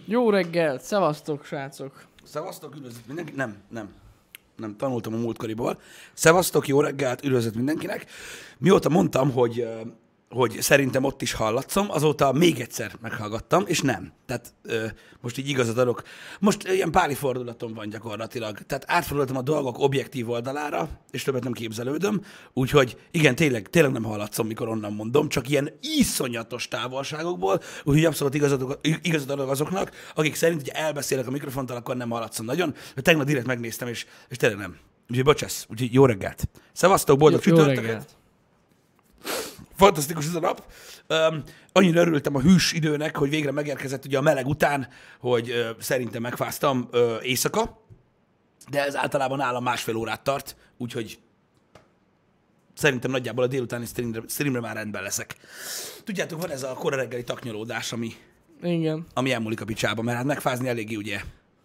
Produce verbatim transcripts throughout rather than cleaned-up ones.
Jó reggelt, szevasztok, srácok. Szevasztok, üdvözlet mindenki. Nem, nem. Nem, tanultam a múltkoriból. Szevasztok, jó reggelt, üdvözlet mindenkinek. Mióta mondtam, hogy, ö, hogy szerintem ott is hallatszom, azóta még egyszer meghallgattam, és nem. Tehát ö, most így igazat adok. Most ilyen páli fordulatom van gyakorlatilag. Tehát átfordultam a dolgok objektív oldalára, és többet nem képzelődöm. Úgyhogy igen, tényleg, tényleg nem hallatszom, mikor onnan mondom, csak ilyen iszonyatos távolságokból, úgyhogy abszolút igazat, igazat adok azoknak, akik szerint, hogy elbeszélek a mikrofonttal, akkor nem hallatszom nagyon. De tegnap direkt megnéztem, és, és tényleg nem. Úgyhogy bocsász, úgyhogy jó reggelt. Szevasztok, boldog Jó, jó csütörtöket. reggelt. Fantasztikus ez a nap. Um, annyira örültem a hűs időnek, hogy végre megérkezett ugye a meleg után, hogy uh, szerintem megfáztam uh, éjszaka, de ez általában nálam másfél órát tart, úgyhogy szerintem nagyjából a délutáni streamre, streamre már rendben leszek. Tudjátok, van ez a kora reggeli taknyolódás, ami, Igen. ami elmúlik a picsába, mert hát megfázni eléggé ugye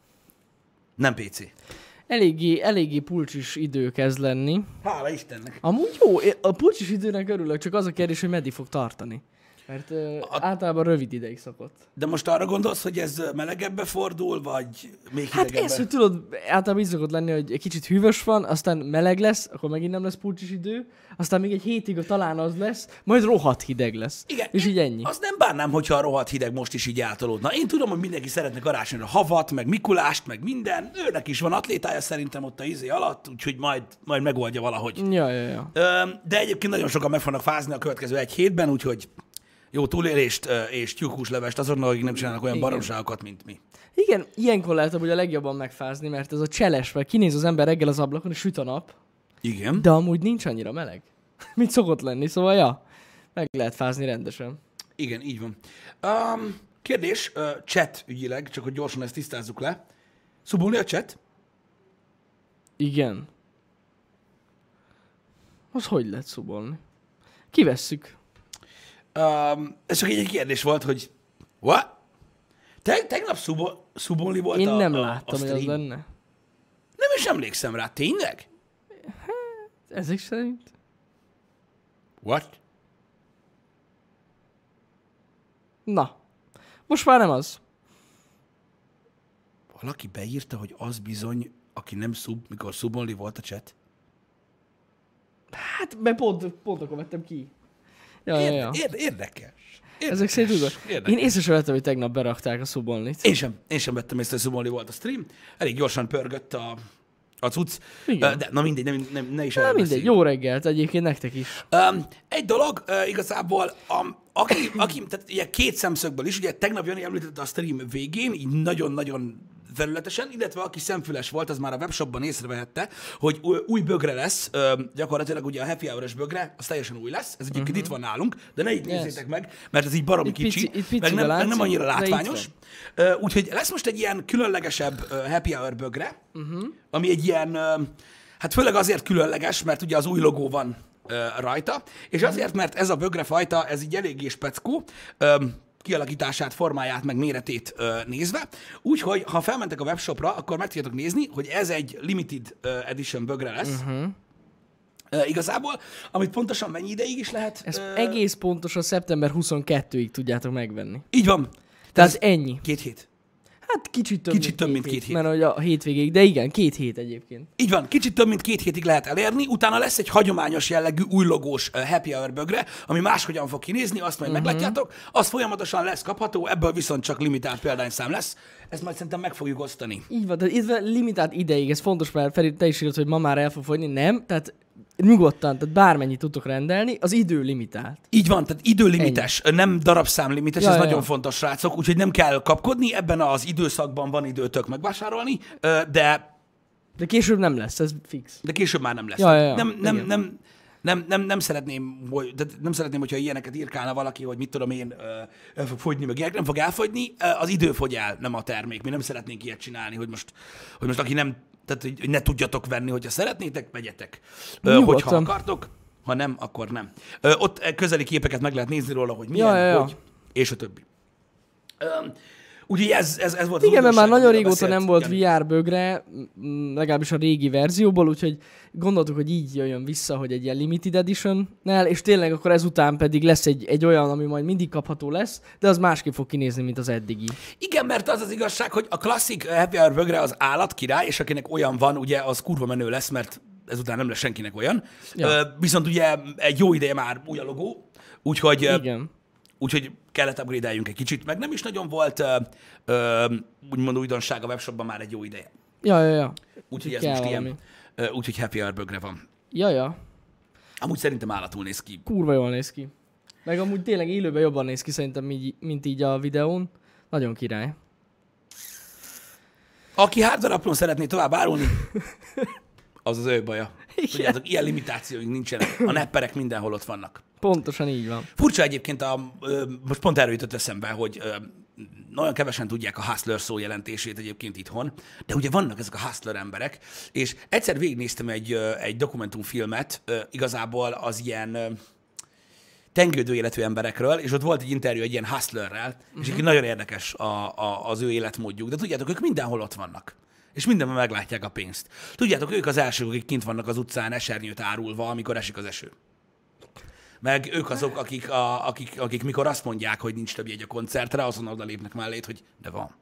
nem pé cé. Eléggé, eléggé pulcsis idő kezd lenni. Hála Istennek. Amúgy jó, a pulcsis időnek örülök, csak az a kérdés, hogy meddig fog tartani. Mert uh, A- általában rövid ideig szokott. De most arra gondolsz, hogy ez melegebbe fordul, vagy még Hát hidegebbe? ez, hogy tudod, általában így szokott lenni, hogy egy kicsit hűvös van, aztán meleg lesz, akkor megint nem lesz pulcsis idő, aztán még egy hétig talán az lesz, majd rohadt hideg lesz. Igen, És én így ennyi. Azt nem bánnám, hogyha a rohadt hideg most is így eltolódna. Én tudom, hogy mindenki szeretne karácsonyra havat, meg Mikulást, meg minden. Őnek is van atlétája szerintem ott a izé alatt, úgyhogy majd, majd megoldja valahogy. Ja, ja, ja. Ö, De egyébként nagyon sokan meg fognak fázni a következő egy hétben, úgyhogy jó túlélést ö, és tyúkhúslevest azoknak, akik nem csinálnak olyan Igen. baromságokat, mint mi. Igen, ilyenkor lehet hogy a legjobban megfázni, mert ez a cseles, vagy kinéz az ember reggel az ablakon, és süt a nap, Igen. de amúgy nincs annyira meleg, mint szokott lenni, szóval ja, meg lehet fázni rendesen. Igen, így van. Um, kérdés, uh, chat ügyileg, csak hogy gyorsan ezt tisztázzuk le. Szubulni a chat? Igen. Az hogy lehet szubolni? Kivesszük. Um, ez csak egy, egy kérdés volt, hogy what? Te, tegnap szubol, szubolni volt Én a, nem a, láttam, a hogy az stream? lenne. Nem is emlékszem rá, tényleg? Ezek szerint? What? Na. Most már nem az. Valaki beírta, hogy az bizony, aki nem szub, mikor szubolni volt a chat. Hát, mert pont, pont akkor vettem ki. Ja, ja, ja. Érde, érde, érdekes. érdekes. Ezek szerint tudod. Érdekes. Én észre sem vettem, hogy tegnap berakták a szubolnit. Én sem, én sem vettem észre, hogy szubolni volt a stream. Elég gyorsan pörgött a, a cucc. Igen. Ö, De na mindegy, nem, nem, ne is Na erről mindegy, beszéljünk. jó reggelt egyébként nektek is. Um, egy dolog, uh, igazából, um, aki, aki, tehát ugye két szemszögből is, ugye tegnap Jani említette a stream végén, így nagyon-nagyon felületesen, illetve aki szemfüles volt, az már a webshopban észrevehette, hogy új, új bögre lesz, um, gyakorlatilag ugye a happy hour-ös bögre, az teljesen új lesz, ez egyébként uh-huh. itt van nálunk, de ne így Yes. nézzétek meg, mert ez így baromi Itt kicsi, pici- itt pici meg, nem, a meg nem látszik, annyira de itt látványos. Uh, úgyhogy lesz most egy ilyen különlegesebb uh, happy hour bögre, uh-huh. ami egy ilyen, uh, hát főleg azért különleges, mert ugye az új logó van uh, rajta, és azért, mert ez a bögrefajta, ez így eléggé speckó, um, kialakítását, formáját, meg méretét uh, nézve. Úgyhogy, ha felmentek a webshopra, akkor meg tudjátok nézni, hogy ez egy limited uh, edition bögre lesz. Uh-huh. Uh, igazából, amit pontosan mennyi ideig is lehet. Ez uh, egész pontosan szeptember huszonkettedikéig tudjátok megvenni. Így van. Tehát ennyi. Két hét. Hát kicsit több, Kicsit több, mint hét, két hét. Mert hogy a hétvégéig, de igen, két hét egyébként. Így van, kicsit több mint két hétig lehet elérni, utána lesz egy hagyományos jellegű új logós uh, happy hour bögre, ami máshogyan fog kinézni, azt majd uh-huh. meglátjátok, az folyamatosan lesz kapható, ebből viszont csak limitált példányszám lesz, ezt majd szerintem meg fogjuk osztani. Így van, tehát itt van limitált ideig, ez fontos, mert Feri, te is írod, hogy ma már el fog fogyni, nem, tehát nyugodtan, tehát bármennyit tudtok rendelni, az idő limitált. Így van, tehát időlimites, Ennyi. nem darabszám limites, Ja, ez ja, nagyon ja. fontos, srácok, úgyhogy nem kell kapkodni, ebben az időszakban van időtök megvásárolni, ö, de, De később nem lesz, ez fix. de később már nem lesz. Ja, ja, ja. Nem, nem, Igen. nem, nem, nem, nem szeretném, hogy, de nem szeretném, hogyha ilyeneket írkálna valaki, hogy mit tudom én, ö, el fog fogyni, meg ilyenek, nem fog elfogyni, ö, az idő fogy el, nem a termék. Mi nem szeretnénk ilyet csinálni, hogy most, hogy most aki nem, tehát hogy ne tudjatok venni, hogyha szeretnétek, vegyetek. Ö, hogyha Nyugodtan. akartok, ha nem, akkor nem. Ö, ott közeli képeket meg lehet nézni róla, hogy milyen, Ja, ja, ja. hogy, és a többi. Ö, Úgyhogy ez, ez, ez volt Igen, mert már nagyon régóta beszélt, nem volt Jani. vé er bögre, m- legalábbis a régi verzióból, úgyhogy gondoltuk, hogy így jöjjön vissza, hogy egy ilyen limited edition-nel, és tényleg akkor ezután pedig lesz egy, egy olyan, ami majd mindig kapható lesz, de az másképp fog kinézni, mint az eddigi. Igen, mert az az igazság, hogy a klasszik Happy Hour bögre az állat király, és akinek olyan van, ugye az kurva menő lesz, mert ezután nem lesz senkinek olyan. Ja. Ö, viszont ugye egy jó ideje már új a logó, úgyhogy, ö, Igen. úgyhogy kellett upgrade-eljünk egy kicsit, meg nem is nagyon volt ö, ö, úgymond újdonság a webshopban már egy jó ideje. Ja, ja, ja. Úgyhogy ez kell most valami. ilyen, ö, úgyhogy Happy Hour bögre van. Ja, ja. Amúgy szerintem állatul néz ki. Kurva jól néz ki. Meg amúgy tényleg élőben jobban néz ki szerintem, így, mint így a videón. Nagyon király. Aki hardware appon szeretné tovább árulni, az az ő baja. Tudjátok, ilyen limitációink nincsenek. A nepperek mindenhol ott vannak. Pontosan így van. Furcsa egyébként, a, ö, most pont erről jutott eszembe, hogy ö, nagyon kevesen tudják a hustler szó jelentését egyébként itthon, de ugye vannak ezek a hustler emberek, és egyszer végignéztem egy, ö, egy dokumentumfilmet, ö, igazából az ilyen ö, tengődő életű emberekről, és ott volt egy interjú egy ilyen hustlerrel, uh-huh. és így nagyon érdekes a, a, az ő életmódjuk, de tudjátok, ők mindenhol ott vannak. És mindenben meglátják a pénzt. Tudjátok, ők az elsők, akik kint vannak az utcán esernyőt árulva, amikor esik az eső. Meg ők azok, akik, a, akik, akik mikor azt mondják, hogy nincs több jegy a koncertre, azonnal oda lépnek mellét, hogy de van.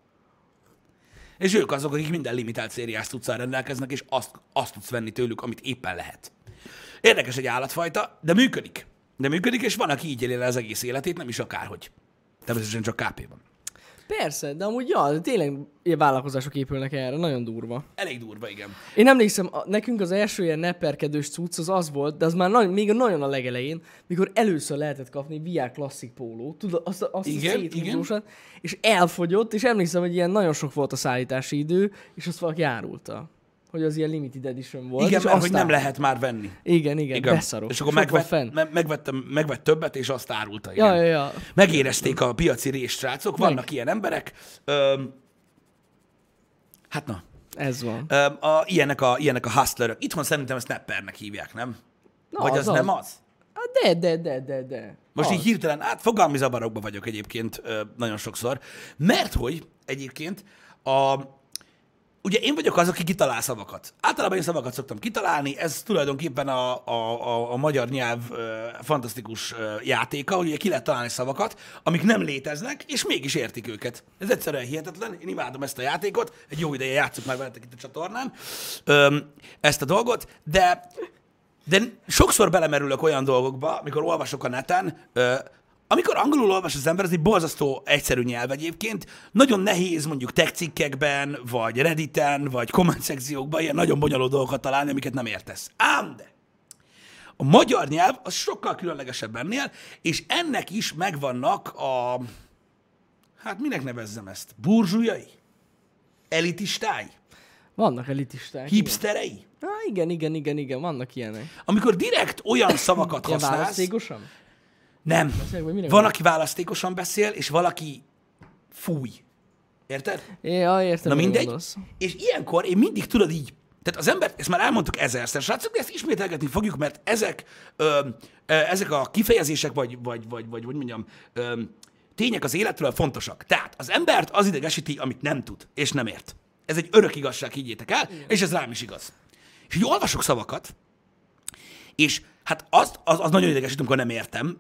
És ők azok, akik minden limitált szériás cuccal rendelkeznek, és azt, azt tudsz venni tőlük, amit éppen lehet. Érdekes egy állatfajta, de működik. De működik, és van, aki így éli le az egész életét, nem is akárhogy. Természetesen csak ká pé-ban. Persze, de amúgy ja, de tényleg ilyen vállalkozások épülnek erre, nagyon durva. Elég durva, igen. Én emlékszem, a, nekünk az első ilyen nepperkedős cucc az az volt, de az már nagy, még nagyon a legelején, mikor először lehetett kapni vé er Classic pólót, tudod, azt, azt Igen, a széthúzósat, és elfogyott, és emlékszem, hogy ilyen nagyon sok volt a szállítási idő, és azt valaki árulta, hogy az ilyen limited edition volt. Igen, és mert hogy aztán... nem lehet már venni. Igen, igen, igen. Beszarok. És akkor Sok megvett, van fenn. me- megvettem, megvett többet, és azt árulta. Igen. Ja, ja, ja. Megérezték a piaci rést, srácok, Meg. vannak ilyen emberek. Öm, hát na, Ez van. öm, a, ilyenek, a, ilyenek a hustlerök. Itthon szerintem ezt snappernek hívják, nem? Na, Vagy az, az nem az? Hát de, de, de, de, de. Most az. így hirtelen, hát fogalmi zavarokba vagyok egyébként ö, nagyon sokszor, mert hogy egyébként a, ugye én vagyok az, aki kitalál szavakat. Általában én szavakat szoktam kitalálni, ez tulajdonképpen a, a, a, a magyar nyelv ö, fantasztikus ö, játéka, hogy ugye ki lehet találni szavakat, amik nem léteznek, és mégis értik őket. Ez egyszerűen hihetetlen, én imádom ezt a játékot, egy jó ideje játszok már veletek itt a csatornán ö, ezt a dolgot, de De sokszor belemerülök olyan dolgokba, amikor olvasok a neten, ö, amikor angolul olvas az ember, ez egy borzasztó egyszerű nyelv egyébként, nagyon nehéz mondjuk tech cikkekben, vagy Redditen, vagy komment szekciókban ilyen nagyon bonyolult dolgokat találni, amiket nem értesz. Ám de a magyar nyelv az sokkal különlegesebb ennél, és ennek is megvannak a, hát minek nevezzem ezt, burzsujai? Elitistái? Vannak elitisták. Hipsterei? Há, igen, igen, igen, igen, vannak ilyenek. Amikor direkt olyan szavakat Ilyen használsz, választékosan? nem. Beszélek, vagy mire Van, van? aki választékosan beszél, és valaki fúj. Érted? Ja, értem, Na mire mindegy. gondolsz. És ilyenkor én mindig tudod így, tehát az ember, ezt már elmondtuk ezerszer, srácok, de ezt ismételgetni fogjuk, mert ezek, ö, ö, ezek a kifejezések, vagy, vagy, vagy, vagy hogy mondjam, ö, tények az életről fontosak. Tehát az embert az idegesíti, amit nem tud, és nem ért. Ez egy örök igazság, higgyétek el, igen. És ez rám is igaz. És így olvasok szavakat, és hát az, az, az nagyon idegesít, amikor nem értem,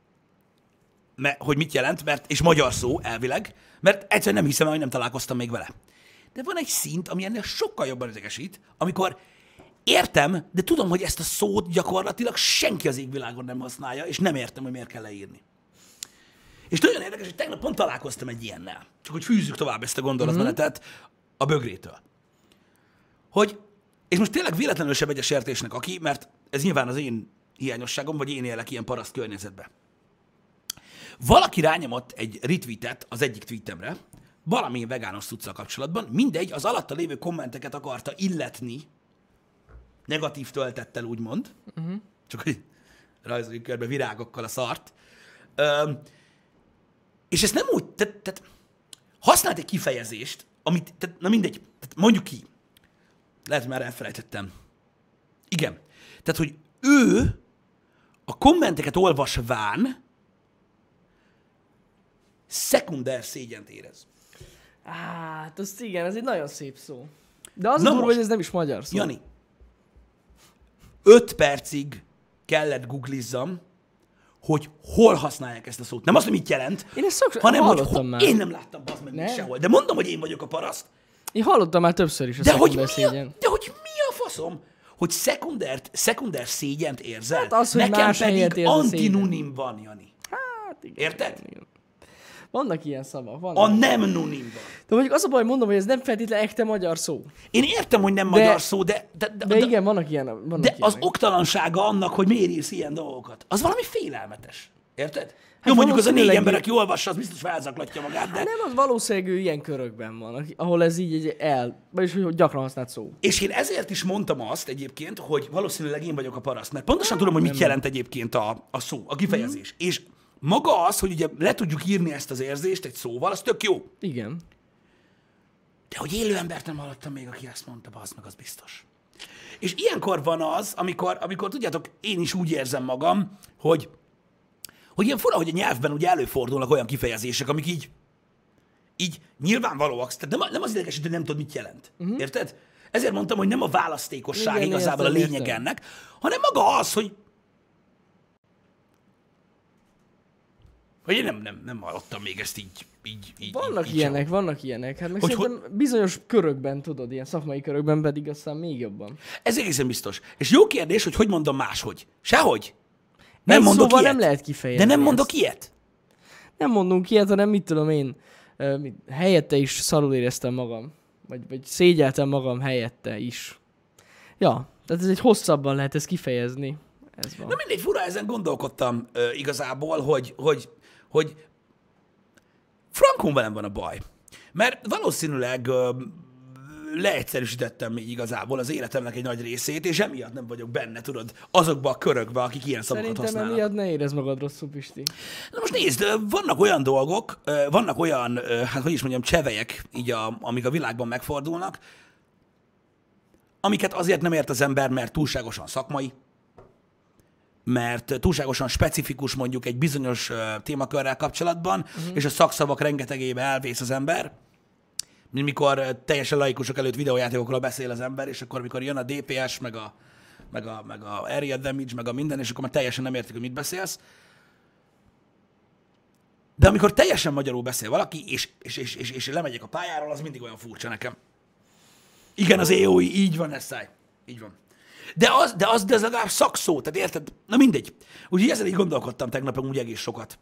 mert, hogy mit jelent, mert, és magyar szó elvileg, mert egyszerűen nem hiszem, hogy nem találkoztam még vele. De van egy szint, ami ennél sokkal jobban idegesít, amikor értem, de tudom, hogy ezt a szót gyakorlatilag senki az égvilágon nem használja, és nem értem, hogy miért kell leírni. És nagyon érdekes, hogy tegnap pont találkoztam egy ilyennel. Csak hogy fűzzük tovább ezt a gondolatmenetet a bögrétől. Hogy, és most tényleg véletlenül sem egyes értésnek aki, mert ez nyilván az én hiányosságom, vagy én élek ilyen paraszt környezetbe. Valaki rányomott egy retweetet az egyik tweetemre, valamilyen vegános cuccal kapcsolatban, mindegy, az alatta lévő kommenteket akarta illetni, negatív töltettel úgymond, uh-huh. csak hogy rajzoljuk körbe virágokkal a szart, Öm, és ezt nem úgy, tehát, tehát használt egy kifejezést, amit, tehát, na mindegy, tehát mondjuk ki, lehet, hogy már elfelejtettem. Igen, tehát, hogy ő a kommenteket olvasván szekunder szégyent érez. Hát, azt igen, ez egy nagyon szép szó. De az Na a durva, most, hogy ez nem is magyar szó. Jani, öt percig kellett googlizzam, hogy hol használják ezt a szót. Nem azt, hogy mit jelent, Én ezt szok... hanem hogy hallottam ho- már. én nem láttam bazd meg még Nem? sehol. De mondom, hogy én vagyok a paraszt. Én hallottam már többször is a De hogy, mi szekunder a, szégyen. de hogy mi a faszom? Hogy szekundert, szekunder szégyent érzel? Hát az, hogy Nekem más helyet pedig érzel antinunim van, Jani. Hát igen. Érted? Igen, igen. Vannak ilyen szavak, vannak. A nem nunim van. De mondjuk az a baj, mondom, hogy ez nem feltétlenül ekte magyar szó. Én értem, hogy nem De- magyar szó, de, de, de, De igen, vannak ilyen. Vannak de az ilyenek. oktalansága annak, hogy miért írsz ilyen dolgokat, az valami félelmetes. Érted? Jó, Hát mondjuk az a négy valószínűleg- ember, aki olvassa, az biztos felzaklatja magát, de... Hát nem, az valószínűleg ő ilyen körökben van, aki- ahol ez így egy el, vagyis hogy gyakran használt szó. És én ezért is mondtam azt egyébként, hogy valószínűleg én vagyok a paraszt, mert pontosan tudom, hogy mit jelent egyébként a, a szó, a kifejezés. Mm. És maga az, hogy ugye le tudjuk írni ezt az érzést egy szóval, az tök jó. Igen. De hogy élő embert nem hallottam még, aki ezt mondta, az meg az biztos. És ilyenkor van az, amikor, amikor tudjátok, én is úgy érzem magam, hogy, hogy ilyen fura, hogy a nyelvben ugye előfordulnak olyan kifejezések, amik így, így nyilvánvalóak, tehát nem, nem az idegesítő, hogy nem tudod, mit jelent. Uh-huh. Érted? Ezért mondtam, hogy nem a választékosság Igen, igazából értem, a lényeg értem. ennek, hanem maga az, hogy hogy én nem, nem, nem hallottam még ezt így, így, így Vannak így, így ilyenek, vannak ilyenek. Hát meg Hogy szerintem bizonyos körökben, tudod, ilyen szakmai körökben pedig aztán még jobban. Ez egészen biztos. És jó kérdés, hogy hogy mondom máshogy. Sehogy. Nem Egy mondok szóval ilyet. nem lehet kifejezni De nem ezt. mondok ilyet. Nem mondunk ilyet, hanem mit tudom én, ö, mit- helyette is szarul éreztem magam. Vagy, vagy szégyeltem magam helyette is. Ja, tehát ez egy hosszabban lehet ezt kifejezni. Ez van. Na mindegy, fura, ezen gondolkodtam ö, igazából, hogy, hogy, hogy frankon velem van a baj. Mert valószínűleg ö, leegyszerűsítettem még igazából az életemnek egy nagy részét, és emiatt nem vagyok benne, tudod, azokba a körökbe, akik ilyen szavakat Szerintem használnak. emiatt ne érezd magad rosszul, Pisti. Na most nézd, ö, vannak olyan dolgok, ö, vannak olyan, ö, hát hogy is mondjam, csevelyek, így a, amik a világban megfordulnak, amiket azért nem ért az ember, mert túlságosan szakmai, mert túlságosan specifikus mondjuk egy bizonyos ö, témakörrel kapcsolatban, uh-huh. és a szakszavak rengetegébe elvész az ember, mint mikor ö, teljesen laikusok előtt videójátékokról beszél az ember, és akkor mikor jön a dé pé es, meg a, meg a, meg a area damage, meg a minden, és akkor már teljesen nem értik, hogy mit beszélsz. De amikor teljesen magyarul beszél valaki, és, és, és, és, és lemegyek a pályáról, az mindig olyan furcsa nekem. Igen, az é o i, így van, Esztály. Így van. De az, de az, de az legalább szakszó, tehát érted? Na mindegy. Úgyhogy ezzel így gondolkodtam tegnap, úgy egész sokat.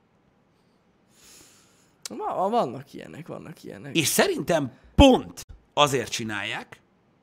Va- Vannak ilyenek, vannak ilyenek. És szerintem pont azért csinálják,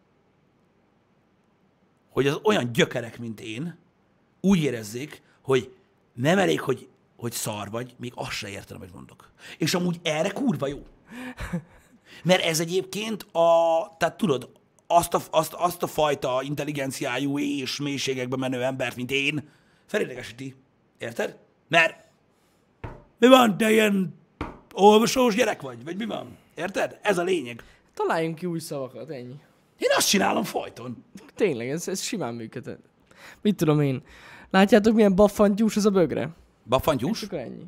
hogy az olyan gyökerek, mint én, úgy érezzék, hogy nem elég, hogy, hogy szar vagy, még azt se értem, amit mondok. És amúgy erre kurva jó. Mert ez egyébként a, tehát tudod, azt a, azt, azt a fajta intelligenciájú és mélységekbe menő embert, mint én, felidegesíti. Érted? Mert mi van, te ilyen olvasós gyerek vagy? Vagy mi van? Érted? Ez a lényeg. Találjunk ki új szavakat, ennyi. Én azt csinálom folyton. Tényleg, ez, ez simán működhet. Mit tudom én? Látjátok, milyen baffantyús ez a bögre? Baffantyús? Csak ennyi.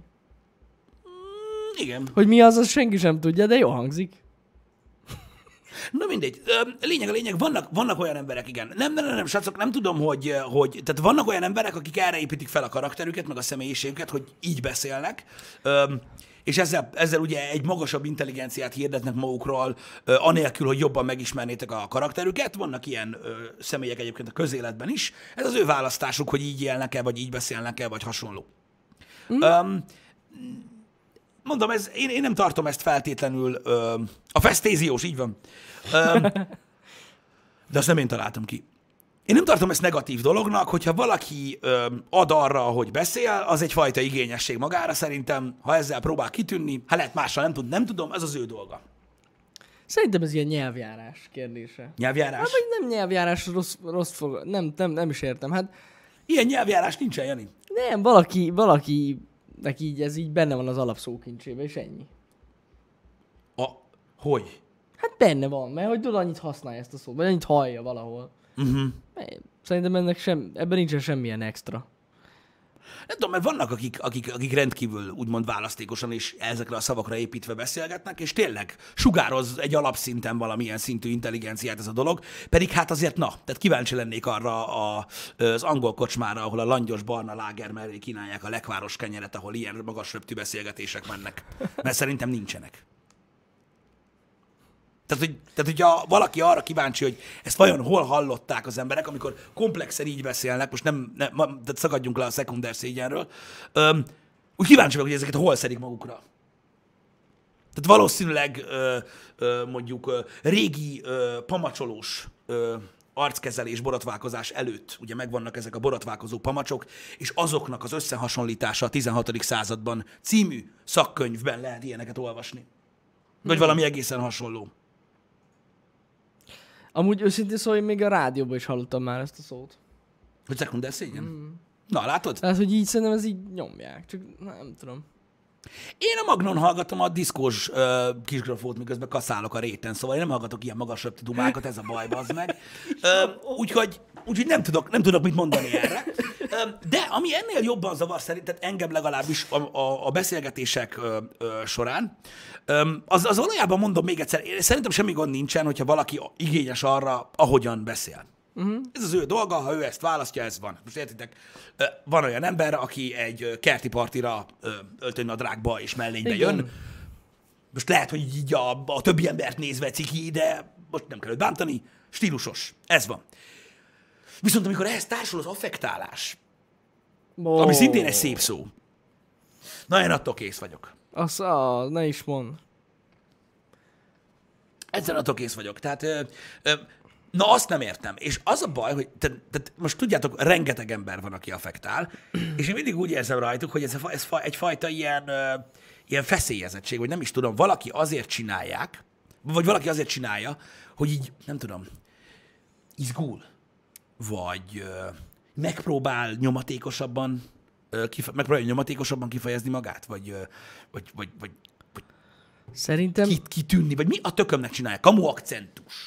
Igen. Hogy mi az, az senki sem tudja, de jó hangzik. Na mindegy. Ö, Lényeg a lényeg, vannak, vannak olyan emberek, igen. Nem, nem, nem, nem, srácok, nem tudom, hogy, hogy... Tehát vannak olyan emberek, akik erre építik fel a karakterüket, meg a személyiségüket, hogy így beszélnek. Ö, és ezzel, ezzel ugye egy magasabb intelligenciát hirdetnek magukról, ö, anélkül, hogy jobban megismernétek a karakterüket. Vannak ilyen ö, személyek egyébként a közéletben is. Ez az ő választásuk, hogy így élnek-e, vagy így beszélnek-e, vagy hasonló. Mm. Ö, Mondom, ez, én, én nem tartom ezt feltétlenül, ö, a fesztéziós, így van. Ö, de azt nem én találtam ki. Én nem tartom ezt negatív dolognak, hogyha valaki ö, ad arra, hogy beszél, az egyfajta igényesség magára szerintem, ha ezzel próbál kitűnni, ha lehet mással nem tud, nem tudom, ez az ő dolga. Szerintem ez ilyen nyelvjárás kérdése. Nyelvjárás? Hát, vagy nem nyelvjárás, rossz, rossz fog... Nem, nem, nem is értem. Hát Ilyen nyelvjárás nincsen, Jani. nem, valaki, valaki, neki így, ez így benne van az alapszókincsében, és ennyi. A, hogy? Hát benne van, mert hogy tudod, annyit használja ezt a szót, vagy annyit hallja valahol. Uh-huh. Szerintem ennek sem, ebben nincsen semmilyen extra. Nem tudom, mert vannak, akik, akik, akik rendkívül úgymond választékosan és ezekre a szavakra építve beszélgetnek, és tényleg sugároz egy alapszinten valamilyen szintű intelligenciát ez a dolog, pedig hát azért na, tehát kíváncsi lennék arra a, az angol kocsmára, ahol a langyos barna láger mellé kínálják a lekváros kenyeret, ahol ilyen magas röptű beszélgetések mennek. Mert szerintem nincsenek. Tehát, hogy, tehát, hogyha valaki arra kíváncsi, hogy ezt vajon hol hallották az emberek, amikor komplexen így beszélnek, most nem, nem tehát szagadjunk le a szekunder szégyenről, öm, úgy kíváncsi vagyok, hogy ezeket hol szedik magukra. Tehát valószínűleg ö, ö, mondjuk ö, régi ö, pamacsolós ö, arckezelés, borotválkozás előtt ugye megvannak ezek a borotválkozó pamacsok, és azoknak az összehasonlítása a tizenhatodik században című szakkönyvben lehet ilyeneket olvasni. Vagy valami egészen hasonló. Amúgy őszintén szóval én még a rádióban is hallottam már ezt a szót. Hogy szekunder szégyen? Mm. Na, látod? Tehát, hogy így szerintem ez így nyomják, csak nem tudom. Én a Magnon hallgatom a diszkós uh, kisgrafót, miközben kaszálok a réten, szóval én nem hallgatok ilyen magas röptű dumákat, ez a baj, bazd meg. Uh, úgyhogy úgyhogy nem, tudok, nem tudok mit mondani erre. Uh, de ami ennél jobban zavar szerintem, engem legalábbis a, a, a beszélgetések uh, uh, során, um, az, az valójában mondom még egyszer, szerintem semmi gond nincsen, hogyha valaki igényes arra, ahogyan beszél. Uh-huh. Ez az ő dolga, ha ő ezt választja, ez van. Most értitek, van olyan ember, aki egy kerti partira öltönynadrágba és mellénybe jön. Most lehet, hogy így a, a többi embert nézve ciki, de most nem kell őt bántani, stílusos. Ez van. Viszont amikor ehhez társul az affektálás, oh. ami szintén egy szép szó, na én attól kész vagyok. Azt, ah, ne is mond. Ezzel attól kész vagyok. Tehát... Ö, ö, Na, azt nem értem. És az a baj, hogy te, te, most tudjátok, rengeteg ember van, aki affektál, és én mindig úgy érzem rajtuk, hogy ez, a, ez egyfajta ilyen, uh, ilyen feszélyezettség, vagy nem is tudom, valaki azért csinálják, vagy valaki azért csinálja, hogy így, nem tudom, izgul, vagy uh, megpróbál nyomatékosabban, uh, kife- megpróbálja nyomatékosabban kifejezni magát, vagy, uh, vagy, vagy, vagy, vagy Szerintem... kit, kitűnni, vagy mi a tökömnek csinálja? Kamu akcentus.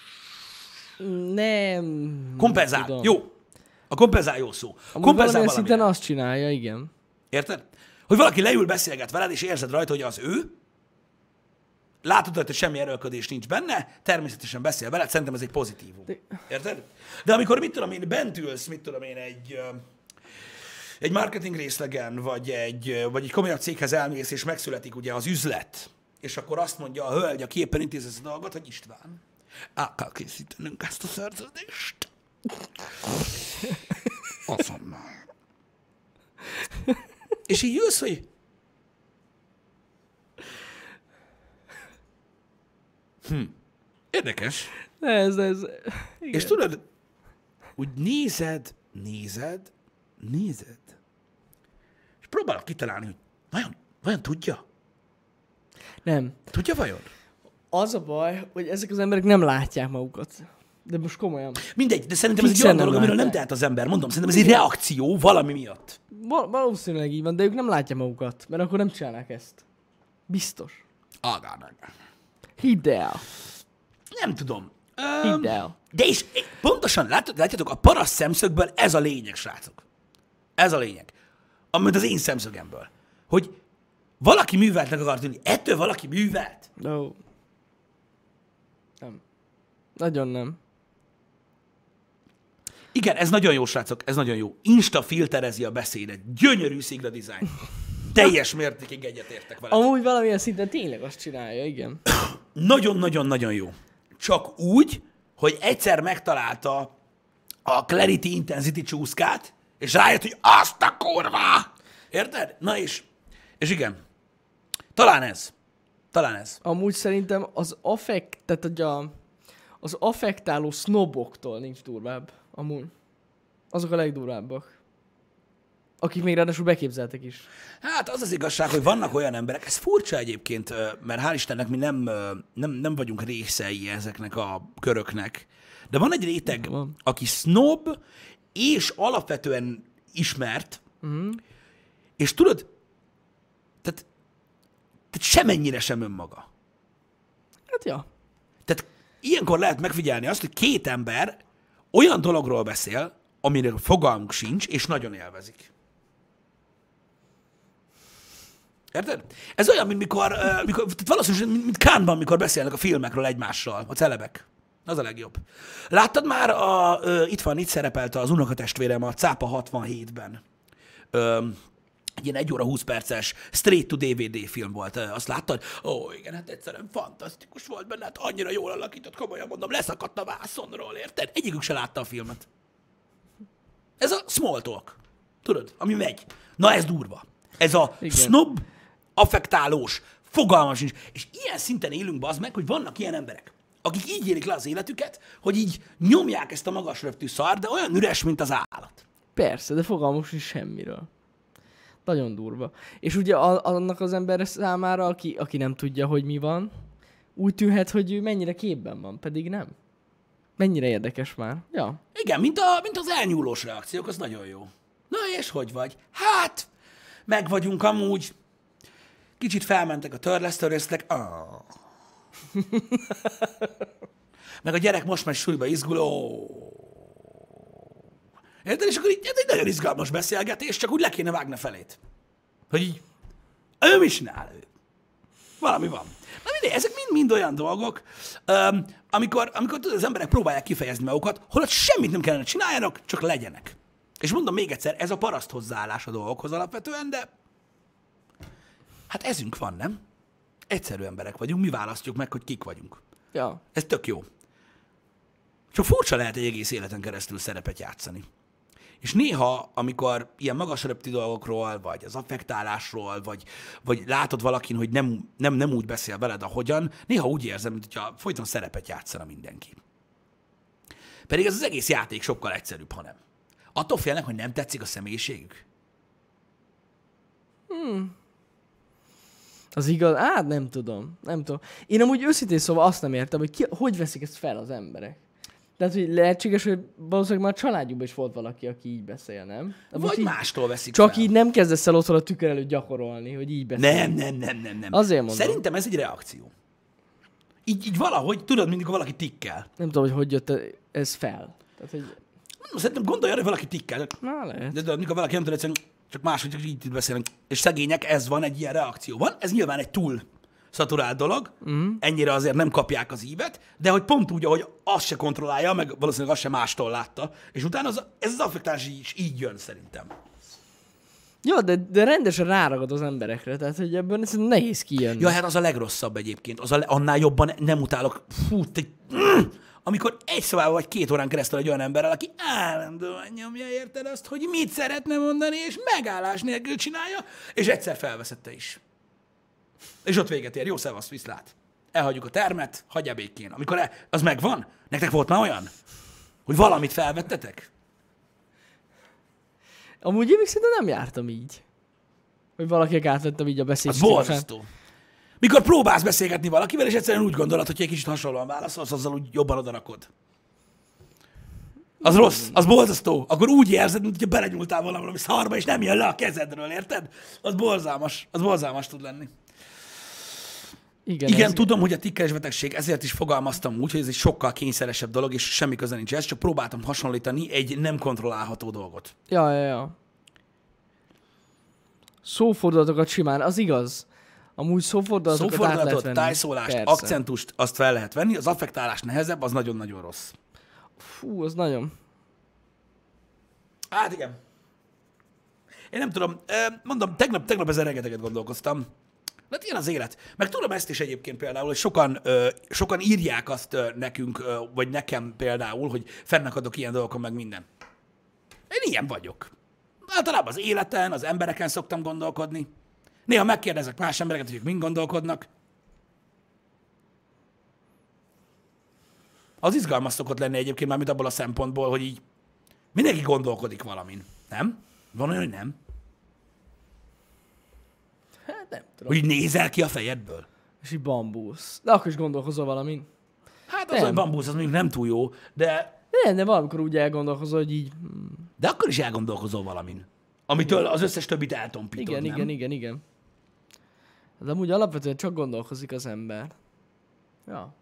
Nem... Kompenzál. Tudom. Jó. A kompenzál jó szó. Amúgy Kompenzál valamilyen valamire. szinten azt csinálja, igen. Érted? Hogy valaki leül, beszélget veled, és érzed rajta, hogy az ő, látod, hogy semmi erőlködés nincs benne, természetesen beszél veled, szerintem ez egy pozitívum. De... Érted? De amikor, mit tudom én, bent ülsz, mit tudom én, egy, egy marketing részlegen, vagy egy, vagy egy komolyabb céghez elmész, és megszületik ugye az üzlet, és akkor azt mondja a hölgy, aki éppen intéz ezt a dolgot, hogy István, el kell készítenünk ezt a szerződést. Azonnal. És így jössz, hogy... Hm. Érdekes. Ez, ez... Igen. És tudod, úgy nézed, nézed, nézed, és próbálok kitalálni, hogy vajon, vajon tudja? Nem. Tudja vajon? Az a baj, hogy ezek az emberek nem látják magukat. De most komolyan. Mindegy, de szerintem ez egy Fixen olyan nem dolog, amiről nem látják. tehet az ember. Mondom, szerintem ez egy reakció valami miatt. Val- valószínűleg így van, de ők nem látják magukat, mert akkor nem csinálnák ezt. Biztos. Agának. Hidd el. Nem tudom. Hidd Öm, el. de és pontosan, látod, látjátok, a paraszt szemszögből ez a lényeg, srácok. Ez a lényeg. Amit az én szemszögemből. Hogy valaki műveltnek akar tűnni. Ettől valaki művelt. No. Nem. Nagyon nem. Igen, ez nagyon jó, srácok, ez nagyon jó. Insta filterezi a beszédet. Gyönyörű szigla design. Teljes mértékig egyetértek vele. Amúgy valamilyen szinten tényleg azt csinálja, igen. Nagyon-nagyon-nagyon jó. Csak úgy, hogy egyszer megtalálta a Clarity Intensity csúszkát, és rájött, hogy azt a kurva! Érted? Na és, és igen. Talán ez. Talán ez. Amúgy szerintem az affekt, tehát hogy a, az affektáló sznoboktól nincs durvább. Amúgy. Azok a legdurvábbak. Akik még ráadásul beképzeltek is. Hát az az igazság, hogy vannak olyan emberek, ez furcsa egyébként, mert hál' Istennek mi nem, nem, nem vagyunk részei ezeknek a köröknek, de van egy réteg, Van. aki snob, és alapvetően ismert, Uh-huh. és tudod, tehát, tehát semennyire sem önmaga. Hát ja. Tehát ilyenkor lehet megfigyelni azt, hogy két ember olyan dologról beszél, aminek fogalmunk sincs, és nagyon élvezik. Érted? Ez olyan, mint mikor, uh, mikor tehát valószínűleg, mint, mint Cannes-ban, mikor beszélnek a filmekről egymással, a celebek. Az a legjobb. Láttad már, a, uh, itt van, itt szerepelt az unokatestvérem a Cápa hatvanhétben. Uh, egy ilyen egy óra húsz perces straight to dé vé dé film volt. Azt láttad? Ó, igen, hát egyszerűen fantasztikus volt benne, hát annyira jól alakított, komolyan mondom, leszakadt a vászonról, érted? Egyikük se látta a filmet. Ez a small talk. Tudod, ami megy. Na ez durva. Ez a igen. Snob, affektálós, fogalmas nincs. És ilyen szinten élünk, bazd meg, hogy vannak ilyen emberek, akik így élik le az életüket, hogy így nyomják ezt a magas röptű szar, de olyan üres, mint az állat. Persze, de fogalmos is semmiről. Nagyon durva. És ugye annak az ember számára, aki, aki nem tudja, hogy mi van, úgy tűnhet, hogy ő mennyire képben van, pedig nem. Mennyire érdekes már. Ja. Igen, mint, a, mint az elnyúlós reakciók, az nagyon jó. Na és hogy vagy? Hát, meg vagyunk amúgy. Kicsit felmentek a törlesztőrészletek. Ah. Meg a gyerek most megy súlyba izgul. Oh. Érted? És akkor így, ez egy nagyon izgalmas beszélgetés, csak úgy le kéne vágni a felét. Hogy így, ő mit csinál ő? Valami van. Na mindegy, ezek mind-mind olyan dolgok, um, amikor, amikor tudod, az emberek próbálják kifejezni magukat, holott semmit nem kellene csináljanak, csak legyenek. És mondom még egyszer, ez a paraszt hozzáállás a dolgokhoz alapvetően, de hát ezünk van, nem? Egyszerű emberek vagyunk, mi választjuk meg, hogy kik vagyunk. Ja. Ez tök jó. Csak furcsa lehet egy egész életen keresztül szerepet játszani. És néha, amikor ilyen magas röpti dolgokról, vagy az affektálásról, vagy, vagy látod valakin, hogy nem, nem, nem úgy beszél veled, ahogyan, néha úgy érzem, mintha folyton szerepet játszana mindenki. Pedig ez az egész játék sokkal egyszerűbb, ha nem. Attól félnek, hogy nem tetszik a személyiségük? Hmm. Az igaz? Hát nem tudom. Nem tudom. Én amúgy őszintén szóval azt nem értem, hogy ki, hogy veszik ezt fel az emberek. Tehát, hogy lehetséges, hogy valószínűleg már a családjukban is volt valaki, aki így beszél, nem? De vagy így mástól veszik csak fel. így nem kezdesz el otthon a tükör előtt gyakorolni, hogy így beszél. Nem, nem, nem, nem, nem. Azért mondom. Szerintem ez egy reakció. Így, így valahogy, tudod, mindig valaki tikkel. Nem tudom, hogy hogy jött ez fel. Tehát, hogy... Szerintem gondolj arra, hogy valaki tikkel. Na, lehet. De, de amikor valaki nem tud egyszerűen, csak máshogy csak így tud beszélni. És szegények, ez van, egy ilyen reakció van. Ez nyilván egy túl szaturált dolog, uh-huh. Ennyire azért nem kapják az ívet, de hogy pont úgy, ahogy azt se kontrollálja, meg valószínűleg azt se mástól látta, és utána az, ez az affektálás is így jön szerintem. Jó, de, de rendesen ráragad az emberekre, tehát hogy ebből szerintem nehéz kijönni. Ja, hát az a legrosszabb egyébként, az a, annál jobban nem utálok, fú, te, mm, amikor egy szobában vagy két órán keresztül egy olyan emberrel, aki állandóan nyomja, érted azt, hogy mit szeretne mondani, és megállás nélkül csinálja, és egyszer felveszette is. És ott véget ér. Jó, szevasz, viszlát. Elhagyjuk a termet, hagyja békén. Amikor e, az megvan, nektek volt már olyan, hogy valamit felvettetek? Amúgy én még szerintem nem jártam így. Hogy valakinek átvettem így a beszélt. Az borzasztó. Mikor próbálsz beszélgetni valakivel, és egyszerűen úgy gondolod, hogy egy kicsit hasonlóan válaszolsz, azzal úgy jobban odarakod. Az rossz, az borzasztó. Akkor úgy érzed, mint hogyha belenyúltál volna valami szarba, és nem jön le a kezedről, érted? Az borzalmas. Az borzalmas tud lenni. Igen, Igen tudom, hogy a tikkeres betegség, ezért is fogalmaztam úgy, hogy ez egy sokkal kényszeresebb dolog, és semmi köze nincs ez, csak próbáltam hasonlítani egy nem kontrollálható dolgot. Ja, ja, ja. Szófordulatokat simán, az igaz. Amúgy szófordulatokat Szófordulatot, át lehet venni. tájszólást, Persze. akcentust, azt fel lehet venni, az affektálás nehezebb, az nagyon-nagyon rossz. Fú, az nagyon. Hát igen. Én nem tudom, mondom, tegnap, tegnap ezen rengeteget gondolkoztam. Hát ilyen az élet. Meg tudom ezt is egyébként például, hogy sokan, ö, sokan írják azt ö, nekünk, ö, vagy nekem például, hogy fennakadok ilyen dolgokon, meg minden. Én ilyen vagyok. Általában az életen, az embereken szoktam gondolkodni. Néha megkérdezek más embereket, hogy ők mind gondolkodnak. Az izgalmas szokott lenni egyébként már, mint abból a szempontból, hogy így mindenki gondolkodik valamin. Nem? Van olyan, hogy nem? Hát nem tudom. Hogy nézel ki a fejedből? És így bambusz. De akkor is gondolkozol valamin. Hát az, hogy bambusz, az mondjuk nem túl jó, de... Nem, de valamikor úgy elgondolkozol, hogy így... De akkor is elgondolkozol valamin. Amitől az összes többit eltompítod, Igen, nem? igen, igen, igen. De amúgy alapvetően csak gondolkozik az ember. Ja.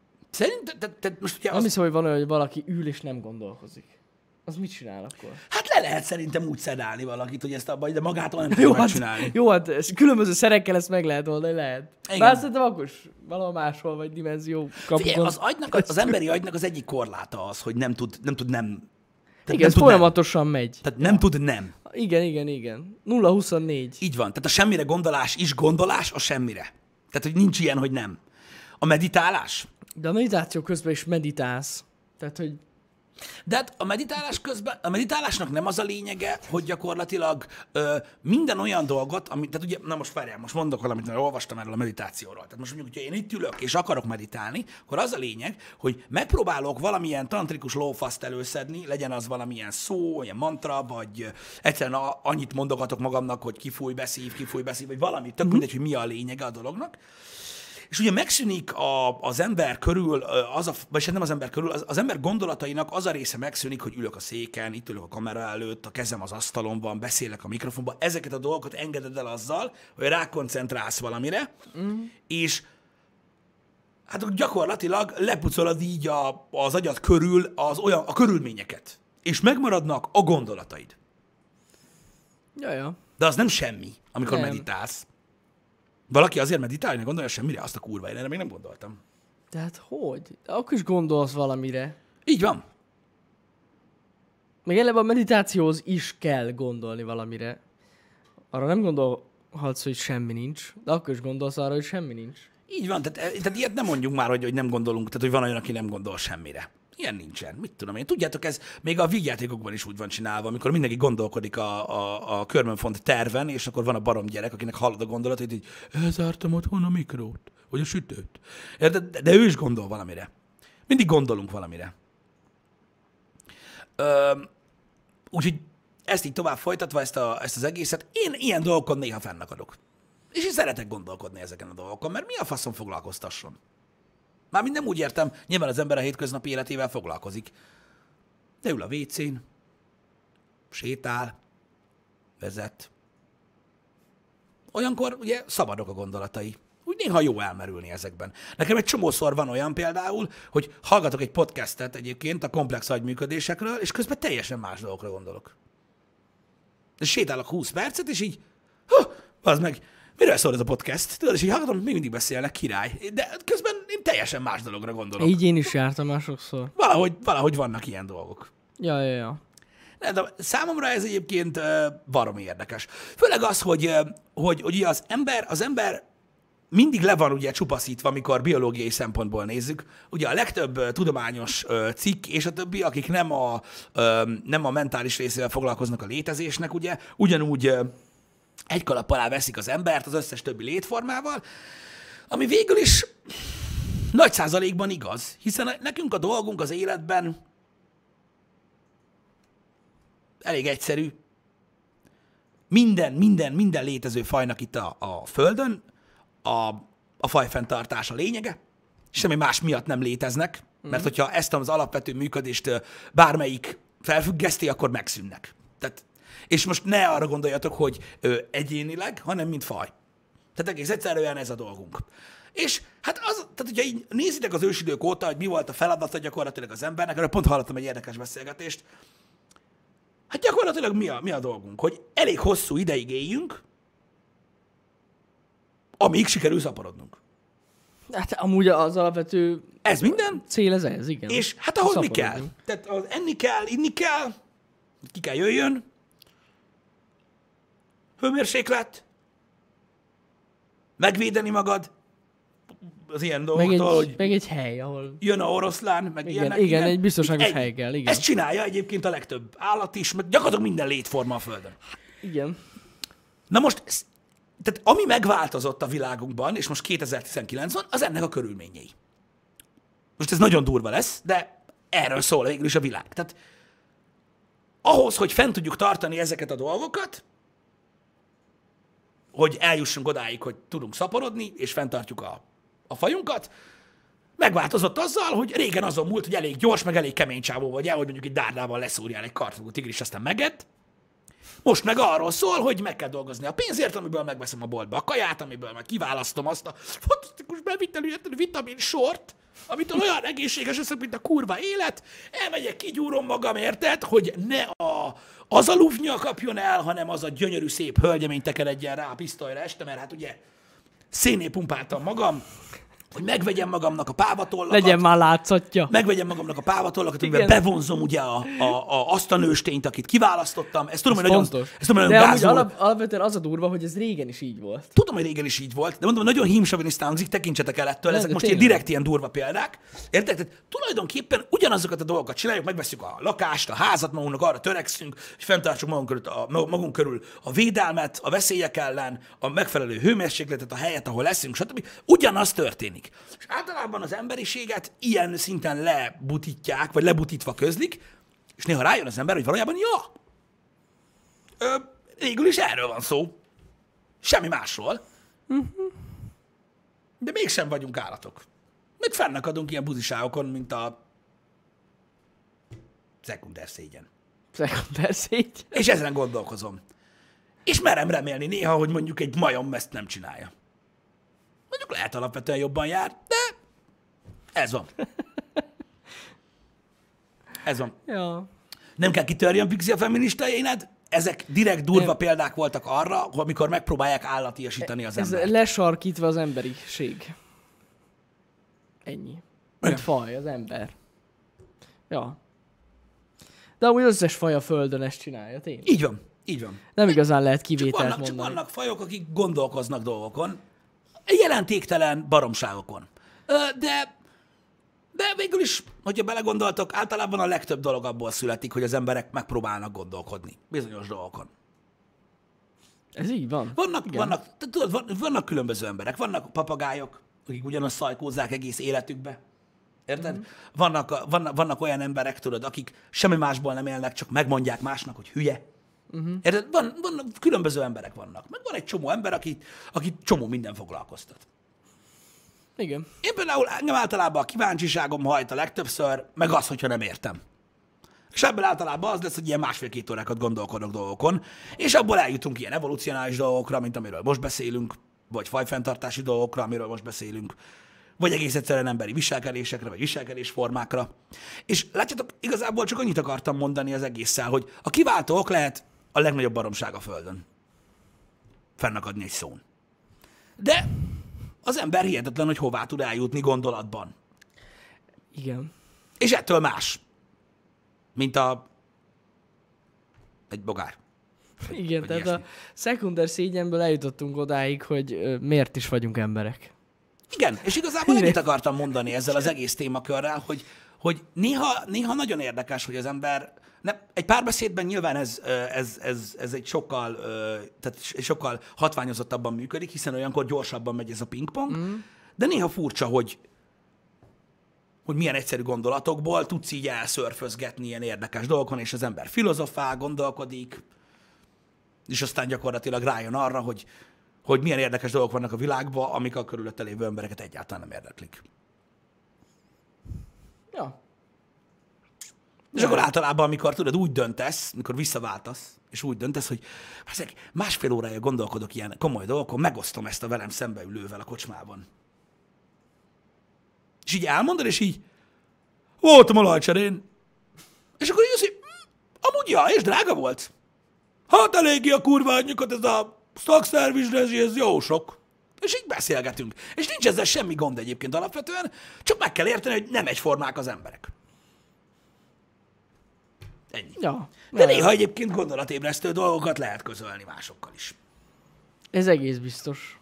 Szerintem, te, te most ugye Nem az... hiszem, hogy van olyan, hogy valaki ül és nem gondolkozik. Az mit csinál akkor? Hát le lehet szerintem úgy szedálni valakit, hogy ezt abban, de magától nem Jó, tudja hát, megcsinálni. jó, hát ez- különböző szerekkel ezt meg lehet oldani, lehet. Igen. Bár szerintem akkor is valahol máshol, vagy dimenzió kapukon. Figyelj, az agynak, az emberi agynak az egyik korláta az, hogy nem tud nem. Tud nem Igen, nem ez tud folyamatosan nem. megy. Tehát nem tud nem. Igen, igen, igen. nulla huszonnégy. Így van. Tehát a semmire gondolás is gondolás a semmire. Tehát, hogy nincs ilyen, hogy nem. A meditálás. De a meditáció közben is meditálsz. Tehát, hogy De hát a meditálás közben, a meditálásnak nem az a lényege, hogy gyakorlatilag ö, minden olyan dolgot, amit, tehát ugye, na most várjál, most mondok valamit, mert olvastam erről a meditációról. Tehát most mondjuk, hogyha én itt ülök és akarok meditálni, akkor az a lényeg, hogy megpróbálok valamilyen tantrikus lófaszt előszedni, legyen az valamilyen szó, olyan mantra, vagy ö, egyszerűen a, annyit mondogatok magamnak, hogy kifúj, beszív, kifúj, beszív, vagy valami, tök mindegy, hogy mi a lényege a dolognak. És ugye megszűnik a, az ember körül, az a, vagy nem az ember körül, az, az ember gondolatainak az a része megszűnik, hogy ülök a széken, itt ülök a kamera előtt, a kezem az asztalon van, beszélek a mikrofonba. Ezeket a dolgokat engeded el azzal, hogy rákoncentrálsz valamire, mm. és hát gyakorlatilag lepucolod így a, az agyad körül az olyan, a körülményeket. És megmaradnak a gondolataid. jaja. De az nem semmi, amikor Nem. meditálsz. Valaki azért meditál, hogy ne gondolja semmire, azt a kurva, én erre még nem gondoltam. Tehát hogy? De akkor is gondolsz valamire. Így van. Meg eleve a meditációhoz is kell gondolni valamire. Arra nem gondolhatsz, hogy semmi nincs, de akkor is gondolsz arra, hogy semmi nincs. Így van, tehát, tehát ilyet nem mondjuk már, hogy, hogy nem gondolunk, tehát hogy van olyan, aki nem gondol semmire. Ilyen nincsen. Mit tudom én. Tudjátok, ez még a vígjátékokban is úgy van csinálva, amikor mindenki gondolkodik a, a, a körmönfont terven, és akkor van a barom gyerek, akinek hallod a gondolatot, hogy elzártam otthon a mikrót, vagy a sütőt. De, de, de ő is gondol valamire. Mindig gondolunk valamire. Ö, úgyhogy ezt így tovább folytatva, ezt, a, ezt az egészet, én ilyen dolgokon néha fennakadok. És én szeretek gondolkodni ezeken a dolgokon, mert mi a faszom foglalkoztasson? Mármint nem úgy értem, nyilván az ember a hétköznapi életével foglalkozik. De ül a vécén, sétál, vezet. Olyankor ugye szabadok a gondolatai. Úgy néha jó elmerülni ezekben. Nekem egy csomószor van olyan például, hogy hallgatok egy podcastet egyébként a komplex agyműködésekről, és közben teljesen más dolgokra gondolok. És sétálok húsz percet, és így, ha, az meg, miről szól ez a podcast? Tudod, és így hallgatom, még mindig beszélnek, király. De közben én teljesen más dologra gondolok. Így én is jártam már sokszor. Valahogy, valahogy vannak ilyen dolgok. Ja, ja, ja. De számomra ez egyébként uh, baromi érdekes. Főleg az, hogy, uh, hogy, hogy az ember, az ember mindig le van ugye csupaszítva, amikor biológiai szempontból nézzük. Ugye a legtöbb uh, tudományos uh, cikk és a többi, akik nem a, uh, nem a mentális részével foglalkoznak a létezésnek, ugye, ugyanúgy uh, egy kalap alá veszik az embert az összes többi létformával, ami végül is nagy százalékban igaz, hiszen nekünk a dolgunk az életben elég egyszerű. Minden, minden, minden létező fajnak itt a, a Földön a, a fajfenntartás a lényege, semmi más miatt nem léteznek, mert hogyha ezt az alapvető működést bármelyik felfüggeszti, akkor megszűnnek. Tehát, és most ne arra gondoljatok, hogy ö, egyénileg, hanem mint faj. Tehát egész egyszerűen ez a dolgunk. És hát az, tehát hogyha így nézitek az ősidők óta, hogy mi volt a feladata gyakorlatilag az embernek, erről pont hallottam egy érdekes beszélgetést, hát gyakorlatilag mi a, mi a dolgunk? Hogy elég hosszú ideig éljünk, amíg sikerül szaporodnunk. Hát amúgy az alapvető Ez minden, cél ez ez, igen. és hát ahhoz mi kell? Szaporodni. Tehát az enni kell, inni kell, ki kell jöjjön, hőmérséklet, megvédeni magad az ilyen Meg dolgoktól, egy, hogy meg egy hely, ahol... jön a oroszlán, meg Igen, ilyenek. igen, egy biztonságos Egy- hely kell, igen. Ezt csinálja egyébként a legtöbb állat is, meg gyakorlatilag minden létforma a Földön. Igen. Na most, ez- tehát ami megváltozott a világunkban, és most kétezer-tizenkilenc van, az ennek a körülményei. Most ez nagyon durva lesz, de erről szól végül is a világ. Tehát ahhoz, hogy fent tudjuk tartani ezeket a dolgokat, hogy eljussunk odáig, hogy tudunk szaporodni, és fenntartjuk a, a fajunkat, megváltozott azzal, hogy régen azon múlt, hogy elég gyors, meg elég kemény csávó vagy el, hogy mondjuk egy dárdával leszúrjál egy kartfogó tigris, aztán meged. Most meg arról szól, hogy meg kell dolgozni a pénzért, amiből megveszem a boltba a kaját, amiből meg kiválasztom azt a fantasztikus bevitelű vitamin sort, amitől olyan egészséges leszek, mint a kurva élet, elmegyek, kigyúrom magam, érted, hogy ne a, az a lufnya kapjon el, hanem az a gyönyörű szép hölgyemény tekeredjen rá a pisztolyra este, mert hát ugye szénné pumpáltam magam, hogy megvegyem magamnak a pávatollakat. Legyen már látszatja. Megvegyem magamnak a pávatollakat, amiben bevonzom ugye a, a, a, azt a nőstényt, akit kiválasztottam. Ezt tudom, hogy nagyon, ezt tudom, hogy de nagyon amúgy gázol. alap, alapvetően az a durva, hogy ez régen is így volt. Tudom, hogy régen is így volt, de mondom, hogy nagyon hímsovinisztán hangzik, tekintsetek el ettől, Nem, ezek de most ilyen tényleg. direkt ilyen durva példák. Érted? Tehát tulajdonképpen ugyanazokat a dolgokat csináljuk, megveszünk a lakást, a házat magunknak, arra törekszünk, hogy fenntartsuk magunk körül a, magunk körül a védelmet, a veszélyek ellen, a megfelelő hőmérsékletet, a helyet, ahol leszünk, stb. Ugyanaz történik. És általában az emberiséget ilyen szinten lebutítják, vagy lebutítva közlik, és néha rájön az ember, hogy valójában ja, ö, végül is erről van szó. Semmi másról. Uh-huh. De mégsem vagyunk állatok. Mit fennakadunk ilyen buziságokon, mint a szekunder szégyen. Szekunder szégyen. És ezen gondolkozom. És merem remélni néha, hogy mondjuk egy majom ezt nem csinálja. Mondjuk lehet alapvetően jobban jár, de ez van. Ez van. Ja. Nem kell kitörjön pixi a feminista éned, ezek direkt durva Nem. példák voltak arra, hogy amikor megpróbálják állatiasítani az Ez embert. lesarkítva az emberiség. Ennyi. Mint faj, az ember. Ja. De amúgy összes faj a Földön ezt csinálja, tényleg. Így van, így van. Nem igazán lehet Csak kivételt vannak, csak mondani. vannak fajok, akik gondolkoznak dolgokon, jelentéktelen baromságokon. Ö, De, de végül is, hogyha belegondoltok, általában a legtöbb dolog abból születik, hogy az emberek megpróbálnak gondolkodni bizonyos dolgokon. Ez így van. Vannak, Igen. vannak, te tudod, van- vannak különböző emberek, vannak papagájok, akik ugyanazt szajkózzák egész életükbe. Érted? Mm. Vannak, a- vannak, vannak olyan emberek, tudod, akik semmi másból nem élnek, csak megmondják másnak, hogy hülye. Uh-huh. Érted? Van, vannak, különböző emberek vannak. Meg van egy csomó ember, aki, aki csomó minden foglalkoztat. Igen. Én például engem általában a kíváncsiságom hajt a legtöbbször, meg az, hogyha nem értem. És ebből általában az lesz, hogy ilyen másfél-két órákat gondolkodok dolgokon, és abból eljutunk ilyen evolucionális dolgokra, mint amiről most beszélünk, vagy fajfenntartási dolgokra, amiről most beszélünk, vagy egész egyszerűen emberi viselkedésekre, vagy viselkedésformákra. És látjátok, igazából csak annyit akartam mondani az egésszel, hogy a kiváltó ok lehet a legnagyobb baromság a Földön. Fennakadni egy szón. De az ember hihetetlen, hogy hová tud eljutni gondolatban. Igen. És ettől más, mint a egy bogár. Igen, vagy tehát ilyesmi. a szekunder szégyenből eljutottunk odáig, hogy ö, miért is vagyunk emberek. Igen, és igazából ennyit akartam mondani ezzel az egész témakörrel, hogy, hogy néha, néha nagyon érdekes, hogy az ember, ne, egy párbeszédben nyilván ez, ö, ez, ez, ez egy sokkal, ö, tehát sokkal hatványozottabban működik, hiszen olyankor gyorsabban megy ez a pingpong, mm. de néha furcsa, hogy, hogy milyen egyszerű gondolatokból tudsz így elszörfözgetni ilyen érdekes dolgokon, és az ember filozofál, gondolkodik, és aztán gyakorlatilag rájön arra, hogy, hogy milyen érdekes dolgok vannak a világban, amik a körülötte lévő embereket egyáltalán nem érdeklik. Ja. És akkor általában, amikor tudod, úgy döntesz, amikor visszaváltasz, és úgy döntesz, hogy ezek másfél órája gondolkodok ilyen komoly dolgokon, megosztom ezt a velem szembeülővel a kocsmában. És így elmondod, és így voltam a lajcserén. És akkor így azt, hogy hm, amúgy ja, és drága volt. Hát eléggé a kurva anyjukat, ez a szakszerviz, ez jó sok. És így beszélgetünk. És nincs ezzel semmi gond egyébként alapvetően, csak meg kell érteni, hogy nem egyformák az emberek. Ennyi. Ja. De Nem. néha egyébként gondolatébresztő dolgokat lehet közölni másokkal is. Ez egész biztos.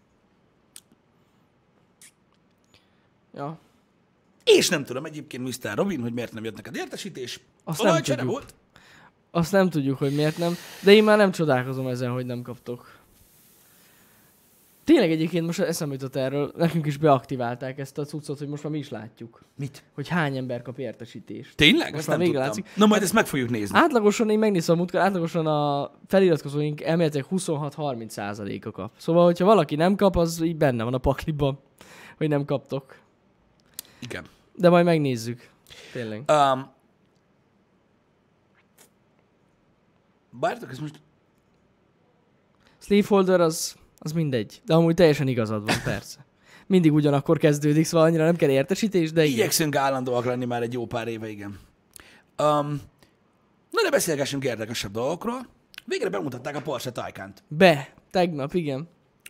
Ja. És nem tudom egyébként, miszter Robin, hogy miért nem jött neked értesítés. Azt A nem lajcsere tudjuk. volt. Azt nem tudjuk, hogy miért nem, de én már nem csodálkozom ezen, hogy nem kaptok. Tényleg egyébként most eszembe jutott erről, nekünk is beaktiválták ezt a cuccot, hogy most már mi is látjuk, Mit? hogy hány ember kap értesítést. Tényleg? Most Ezt már nem végre tudtam. látszik. Na majd ezt meg fogjuk nézni. Átlagosan, én megnéztem a múltkor, átlagosan a feliratkozóink elméletileg huszonhat-harminc százaléka kap. Szóval, hogyha valaki nem kap, az így benne van a pakliban, hogy nem kaptok. Igen. De majd megnézzük. Tényleg. Um, Bártok, ez most... Slaveholder az, az mindegy. De amúgy teljesen igazad van, persze. mindig ugyanakkor kezdődik, szóval annyira nem kell értesítés, de igen. Igyekszünk állandóak lenni már egy jó pár éve, igen. Um, na de beszélgessünk érdekesebb dolgokról. Végre bemutatták a Porsche Taycant. Be, tegnap, igen.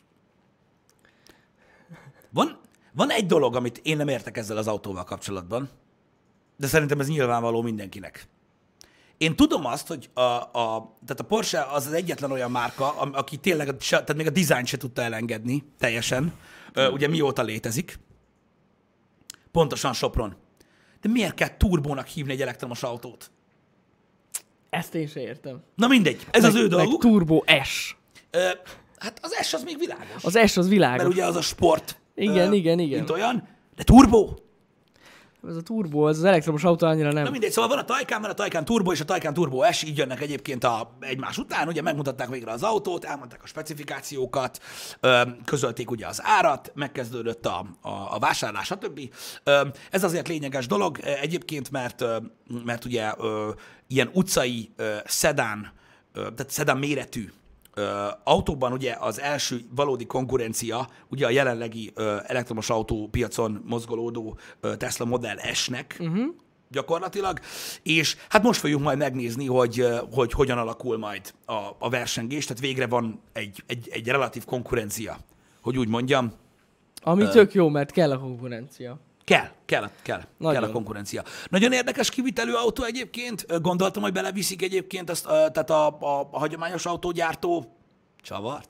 Van, van egy dolog, amit én nem értek ezzel az autóval kapcsolatban, de szerintem ez nyilvánvaló mindenkinek. Én tudom azt, hogy a, a, tehát a Porsche az az egyetlen olyan márka, aki tényleg, tehát még a dizájnt se tudta elengedni teljesen, ugye mióta létezik. Pontosan Sopron. De miért kell turbónak hívni egy elektromos autót? Ezt én se értem. Na mindegy, ez meg, az ő dolguk. Meg Turbo S. Ö, hát az S az még világos. Az S az világos. Mert ugye az a sport. Igen, ö, igen, igen. Mint olyan. De turbó? Ez a turbo, ez az elektromos autó annyira nem. Na mindegy, szóval van a Taycan, van a Taycan Turbo és a Taycan Turbo S, így jönnek egyébként a, egymás után, ugye megmutatták végre az autót, elmondták a specifikációkat, ö, közölték ugye az árat, megkezdődött a, a, a vásárlás, stb. Ö, ez azért lényeges dolog egyébként, mert, ö, mert ugye ö, ilyen utcai ö, szedán, ö, tehát szedán méretű Ö, autóban ugye az első valódi konkurencia ugye a jelenlegi ö, elektromos autópiacon mozgolódó ö, Tesla Model S-nek uh-huh. gyakorlatilag, és hát most fogjuk majd megnézni, hogy, ö, hogy hogyan alakul majd a, a versengés, tehát végre van egy, egy, egy relatív konkurencia, hogy úgy mondjam. Ami Ö, tök jó, mert kell a konkurencia. Kell, kell, kell, Nagyon. kell a konkurencia. Nagyon érdekes kivitelű autó egyébként. Gondoltam, hogy beleviszik egyébként azt, tehát a, a, a hagyományos autógyártó csavart.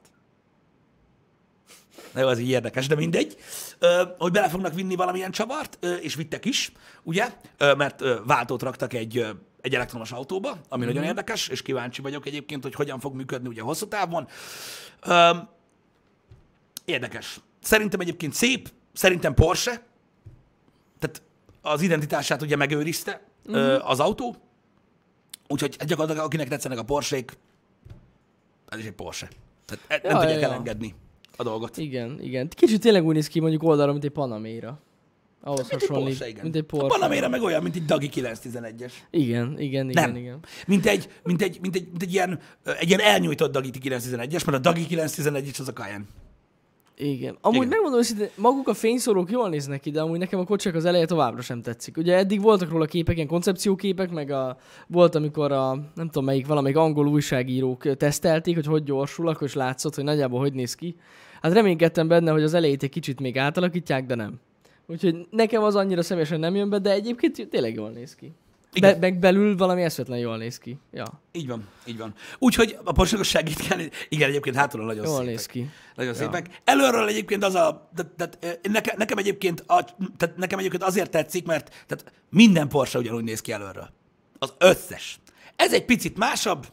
Na jó, az így érdekes, de mindegy. Hogy bele fognak vinni valamilyen csavart, és vittek is, ugye? Mert váltót raktak egy, egy elektromos autóba, ami mm-hmm. nagyon érdekes, és kíváncsi vagyok egyébként, hogy hogyan fog működni ugye hosszú távon. Érdekes. Szerintem egyébként szép, szerintem Porsche, tehát az identitását ugye megőrizte mm-hmm. az autó, úgyhogy gyakorlatilag akinek tetszenek a Porsék, ez is egy Porsche. Tehát nem ja, tudják ja, elengedni a dolgot. Igen, igen. Kicsit tényleg úgy néz ki mondjuk oldalra, mint egy Panamera. Ahhoz mint hasonlít. Egy Porsche, igen. Mint egy Porsche. A Panamera meg olyan, mint egy Dagi kilencszáztizenegyes. Igen, igen, igen, nem. igen. Mint egy, mint egy, mint egy, mint egy, ilyen, egy ilyen elnyújtott Dagi kilencszáztizenegyes, mert a Dagi kilencszáztizenegyes az a Cayenne. Igen. Amúgy Igen. megmondom őszintén, maguk a fényszórók jól néznek ki, de amúgy nekem a kocsiak az eleje továbbra sem tetszik. Ugye eddig voltak róla képek, ilyen koncepcióképek, meg a, volt, amikor a, nem tudom melyik, valamelyik angol újságírók tesztelték, hogy hogy gyorsul, akkor is látszott, hogy nagyjából hogy néz ki. Hát reménykedtem benne, hogy az elejét egy kicsit még átalakítják, de nem. Úgyhogy nekem az annyira személyesen nem jön be, de egyébként tényleg jól néz ki. Be, meg belül valami eszvetlen jól néz ki. Ja. Így van, így van. Úgyhogy a Porsche-os segíteni, igen, egyébként hátulról nagyon jól szépek. néz ki. Nagyon ja. szépek. Előről egyébként az a, tehát, tehát nekem, nekem, egyébként a, tehát nekem egyébként azért tetszik, mert tehát minden Porsche ugyanúgy néz ki előről. Az összes. Ez egy picit másabb,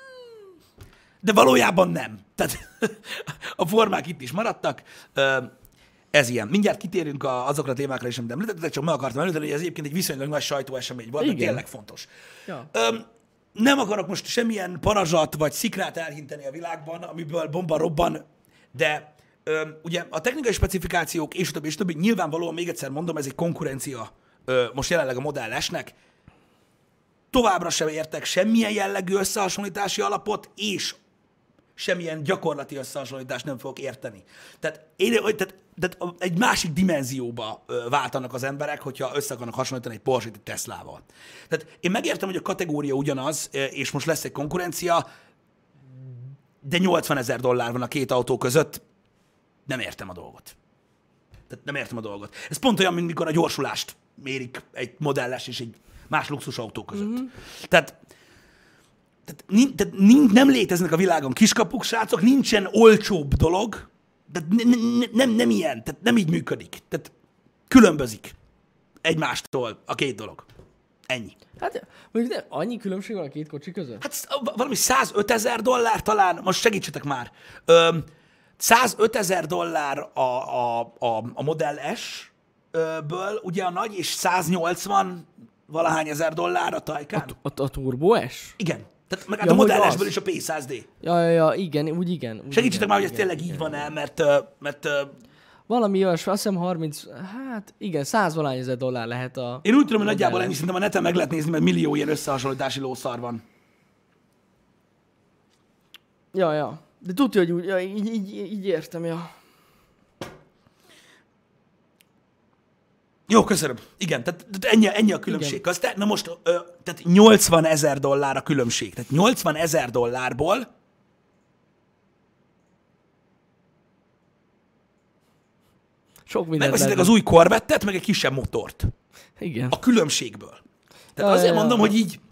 de valójában nem. Tehát a formák itt is maradtak. Ez ilyen. Mindjárt kitérünk a, azokra a témákra is, amit említettetek, csak meg akartam említeni, hogy ez egyébként egy viszonylag nagy sajtóesemény volt, de tényleg fontos. Ja. Öm, nem akarok most semmilyen parazsat vagy szikrát elhinteni a világban, amiből bomba robban, de öm, ugye a technikai specifikációk és többi, és többi, nyilvánvalóan még egyszer mondom, ez egy konkurencia ö, most jelenleg a Model S-nek. Továbbra sem értek semmilyen jellegű összehasonlítási alapot, és semmilyen gyakorlati összehasonlítást nem fogok érteni. Tehát, én, tehát, tehát egy másik dimenzióba váltanak az emberek, hogyha össze akarnak hasonlítani egy Porsche-t egy Teslával. Tehát én megértem, hogy a kategória ugyanaz, és most lesz egy konkurencia, de nyolcvanezer dollár van a két autó között, nem értem a dolgot. Tehát nem értem a dolgot. Ez pont olyan, mint mikor a gyorsulást mérik egy Model S és egy más luxusautó között. Mm-hmm. Tehát Tehát, tehát nem léteznek a világon kiskapuk, srácok, nincsen olcsóbb dolog, de ne, ne, nem, nem ilyen, tehát nem így működik. Tehát különbözik egymástól a két dolog. Ennyi. Hát mondjuk de annyi különbség van a két kocsi között? Hát valami százötezer dollár talán, most segítsetek már. Öm, százötezer dollár a, a, a, a Model S-ből, ugye a nagy, és száznyolcvan valahány ezer dollár a Taycan. A, a, a Turbo S? Igen. Tehát meg Ja, a Model az. S-ből is a P száz D. Ja, ja, ja, igen, úgy igen. Úgy Segítsetek igen, már, hogy ez igen, tényleg igen, így igen. van-e, mert, mert valami olyas, azt hiszem harminc, hát igen, száz valahány ezer dollár lehet a... én úgy tudom, hogy nagyjából ennyi, szerintem a neten meg lehet nézni, mert millió ilyen összehasonlítási lószar van. Ja, ja. De tudja, hogy úgy, ja, így, így, így értem, ja. Jó, köszönöm. Igen, tehát, tehát ennyi, ennyi a különbség. Közte. Na most, ö, tehát nyolcvan ezer dollár a különbség. Tehát nyolcvan ezer dollárból Sok mindent megveszitek lehet. az új Corvette-et, meg egy kisebb motort. Igen. A különbségből. Tehát Ja, azért ja, mondom, ja. hogy így...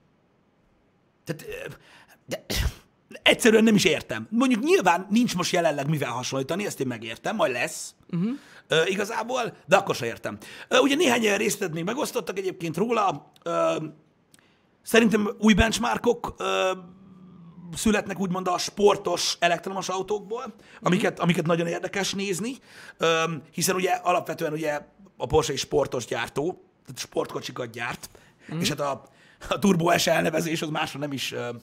Tehát, ö, de, egyszerűen nem is értem. Mondjuk nyilván nincs most jelenleg mivel hasonlítani, ezt én megértem, majd lesz. Uh-huh. Ö, igazából, de akkor se értem. Ö, ugye néhány részletet még megosztottak egyébként róla. Ö, szerintem új benchmarkok ö, születnek úgymond a sportos elektromos autókból, amiket, amiket nagyon érdekes nézni, ö, hiszen ugye alapvetően ugye a Porsche is sportos gyártó, tehát sportkocsikat gyárt, mm. és hát a, a Turbo S elnevezés az másra nem is, ö,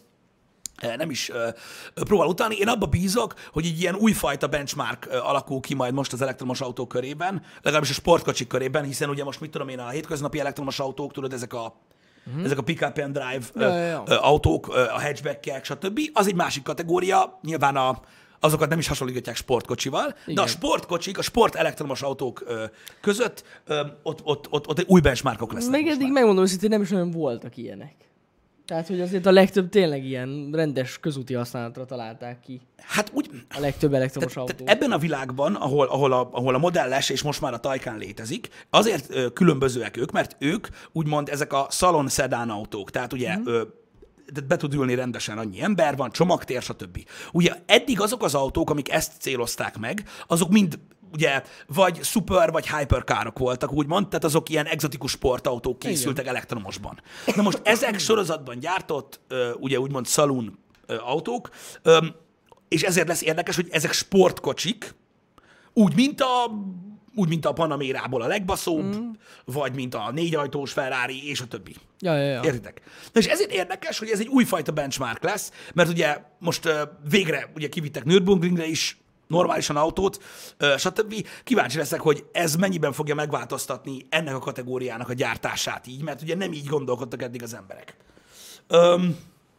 nem is ö, próbál utalni. Én abba bízok, hogy egy ilyen újfajta benchmark ö, alakul ki majd most az elektromos autók körében, legalábbis a sportkocsik körében, hiszen ugye most mit tudom én, a hétköznapi elektromos autók, tudod, ezek a Uh-huh. ezek a pick-up and drive Ja, ja, ja. ö, autók, ö, a hatchback-ek, stb. Az egy másik kategória, nyilván a, azokat nem is hasonlítják sportkocsival, igen. De a sportkocsik, a sport elektromos autók ö, között ö, ott, ott, ott, ott új benchmarkok lesznek. Meg eddig megmondom őszintén, nem is olyan voltak ilyenek. Tehát, hogy azért a legtöbb tényleg ilyen rendes közúti használatra találták ki. Hát úgy... A legtöbb elektromos Tehát, autó. tehát ebben a világban, ahol, ahol, a, ahol a modelles és most már a Taycan létezik, azért ö, különbözőek ők, mert ők úgymond ezek a szalon szedán autók. Tehát ugye mm. ö, tehát be tud ülni rendesen annyi ember, van csomagtér, stb. Ugye eddig azok az autók, amik ezt célozták meg, azok mind ugye vagy szuper, vagy hyperkárok voltak, úgymond, tehát azok ilyen egzotikus sportautók készültek igen. elektromosban. Na most ezek sorozatban gyártott, ö, ugye úgymond saloon ö, autók, ö, és ezért lesz érdekes, hogy ezek sportkocsik, úgy, mint a, úgy, mint a Panamérából a legbaszóbb, mm. vagy mint a négyajtós Ferrari, és a többi. Ja, ja, ja. Értitek? Na és ezért érdekes, hogy ez egy újfajta benchmark lesz, mert ugye most uh, végre ugye kivittek Nürburgringre is, normálisan autót, uh, stb. Kíváncsi leszek, hogy ez mennyiben fogja megváltoztatni ennek a kategóriának a gyártását így, mert ugye nem így gondolkodtak eddig az emberek. Um,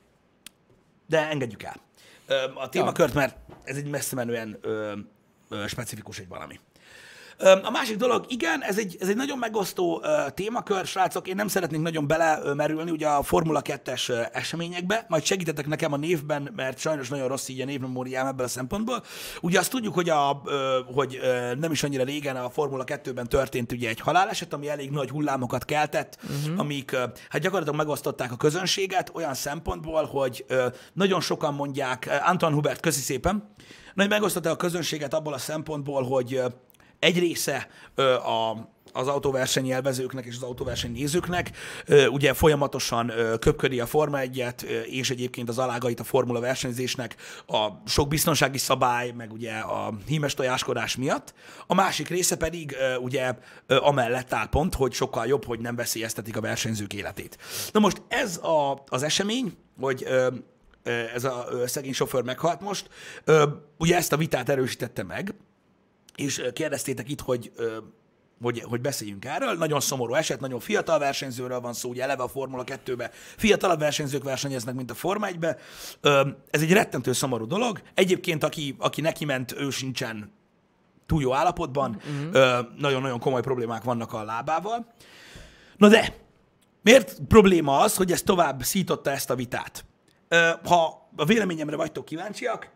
de engedjük el a témakört, mert ez egy messze menően ö, ö, specifikus egy valami. Ö, a másik dolog, igen, ez egy, ez egy nagyon megosztó ö, témakör, srácok, én nem szeretnék nagyon belemerülni ugye a Formula kettes ö, eseményekbe, majd segítetek nekem a névben, mert sajnos nagyon rossz így a névmemóriám ebből a szempontból. Ugye azt tudjuk, hogy, a, ö, hogy ö, nem is annyira régen a Formula kettőben történt ugye egy haláleset, ami elég nagy hullámokat keltett, uh-huh. amik ö, hát gyakorlatilag megosztották a közönséget olyan szempontból, hogy ö, nagyon sokan mondják, Anton Hubert, köszi szépen, hogy megosztották a közönséget abból a szempontból, hogy ö, egy része ö, a, az autóverseny élvezőknek és az autóverseny nézőknek ö, ugye folyamatosan ö, köpködi a Forma egyet, ö, és egyébként az alágait a formula versenyzésnek a sok biztonsági szabály, meg ugye a hímes tojáskodás miatt. A másik része pedig ö, ugye ö, amellett áll pont, hogy sokkal jobb, hogy nem veszélyeztetik a versenyzők életét. Na most ez a, az esemény, hogy ö, ez a ö, szegény sofőr meghalt most, ö, ugye ezt a vitát erősítette meg, és kérdeztétek itt, hogy, hogy, hogy beszéljünk erről. Nagyon szomorú eset, nagyon fiatal versenyzőről van szó, ugye eleve a Formula kettőbe fiatalabb versenyzők versenyeznek, mint a Forma egybe. Ez egy rettentő szomorú dolog. Egyébként, aki, aki neki ment, ő sincsen túl jó állapotban. Mm-hmm. Nagyon-nagyon komoly problémák vannak a lábával. Na de, miért probléma az, hogy ez tovább szította ezt a vitát? Ha a véleményemre vagytok kíváncsiak,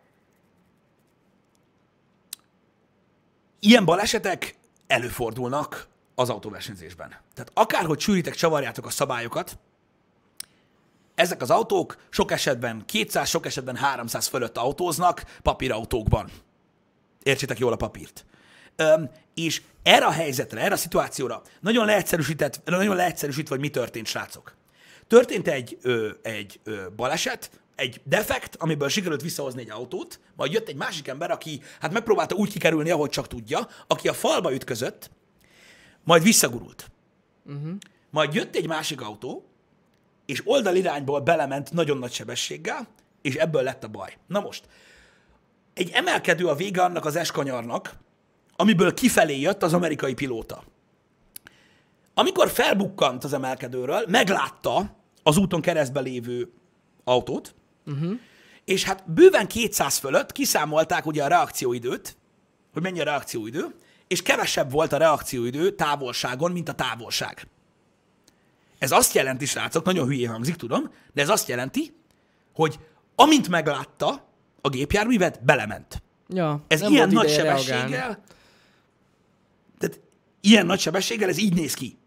ilyen balesetek előfordulnak az autóversenyzésben. Tehát akárhogy sűritek, csavarjátok a szabályokat, ezek az autók sok esetben kétszáz, sok esetben háromszáz fölött autóznak papírautókban. Értsétek jól a papírt. Öm, és erre a helyzetre, erre a szituációra nagyon leegyszerűsített, nagyon leegyszerűsítve, hogy mi történt, srácok. Történt egy, ö, egy ö, baleset, egy defekt, amiből sikerült visszahozni egy autót, majd jött egy másik ember, aki hát megpróbálta úgy kikerülni, ahogy csak tudja, aki a falba ütközött, majd visszagurult. Uh-huh. Majd jött egy másik autó, és oldalirányból belement nagyon nagy sebességgel, és ebből lett a baj. Na most, egy emelkedő a vége annak az S-kanyarnak, amiből kifelé jött az amerikai pilóta. Amikor felbukkant az emelkedőről, meglátta az úton keresztbe lévő autót, uh-huh. és hát bőven kétszáz fölött kiszámolták ugye a reakcióidőt, hogy mennyi a reakcióidő, és kevesebb volt a reakcióidő távolságon, mint a távolság. Ez azt jelenti, srácok, nagyon hülyén hangzik, tudom, de ez azt jelenti, hogy amint meglátta a gépjárművet, belement. Ja, Ez ilyen nagy sebességgel, tehát ilyen nagy sebességgel ez így néz ki.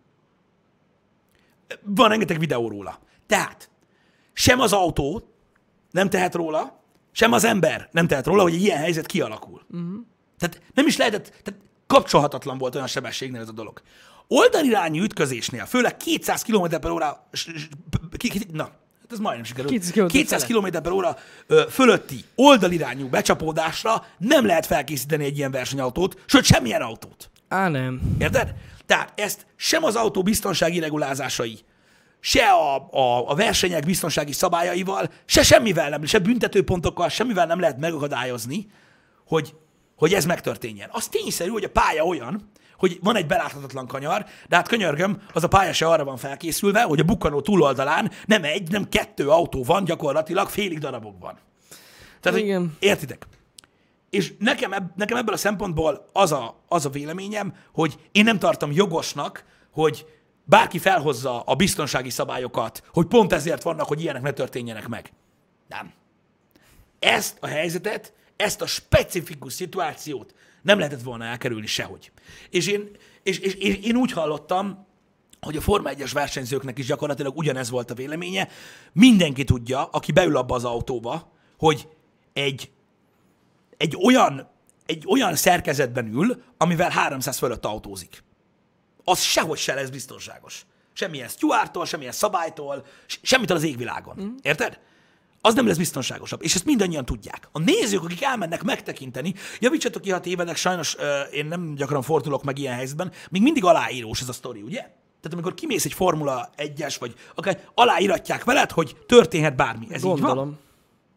Van rengeteg videó róla. Tehát sem az autó nem tehet róla, sem az ember nem tehet róla, hogy egy ilyen helyzet kialakul. Uh-huh. Tehát nem is lehetett, tehát kapcsolhatatlan volt olyan sebességnél ez a dolog. Oldalirányú ütközésnél, főleg kétszáz kilométer per óra, na, ez majdnem sikerült, kétszáz kilométer per óra fölötti oldalirányú becsapódásra nem lehet felkészíteni egy ilyen versenyautót, sőt, semmilyen autót. Á, nem. Érted? Tehát ezt sem az autó biztonsági regulázásai, se a, a, a versenyek biztonsági szabályaival, se semmivel nem, se büntetőpontokkal, semmivel nem lehet megakadályozni, hogy, hogy ez megtörténjen. Az tényszerű, hogy a pálya olyan, hogy van egy beláthatatlan kanyar, de hát könyörgöm, az a pálya se arra van felkészülve, hogy a bukkanó túloldalán nem egy, nem kettő autó van gyakorlatilag félig darabokban. Tehát, igen. Hogy, értitek? És nekem, eb, nekem ebből a szempontból az a, az a véleményem, hogy én nem tartom jogosnak, hogy bárki felhozza a biztonsági szabályokat, hogy pont ezért vannak, hogy ilyenek ne történjenek meg. Nem. Ezt a helyzetet, ezt a specifikus szituációt nem lehetett volna elkerülni sehogy. És én, és, és, és én úgy hallottam, hogy a Forma egyes versenyzőknek is gyakorlatilag ugyanez volt a véleménye. Mindenki tudja, aki beül abba az autóba, hogy egy, egy, olyan, egy olyan szerkezetben ül, amivel háromszáz fölött autózik. Az sehogy se lesz biztonságos. Semmilyen stewardtól, semmilyen szabálytól, semmitől az égvilágon. Mm. Érted? Az nem lesz biztonságosabb. És ezt mindannyian tudják. A nézők, akik elmennek megtekinteni, javítsatok ki, ha tévedek, sajnos uh, én nem gyakran fordulok meg ilyen helyzetben, még mindig aláírós ez a sztori, ugye? Tehát amikor kimész egy Formula egyes, vagy akár aláíratják veled, hogy történhet bármi. Ez Gondolom. így van?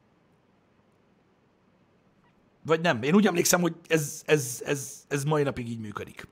Vagy nem? Én úgy emlékszem, hogy ez, ez, ez, ez mai napig így működik.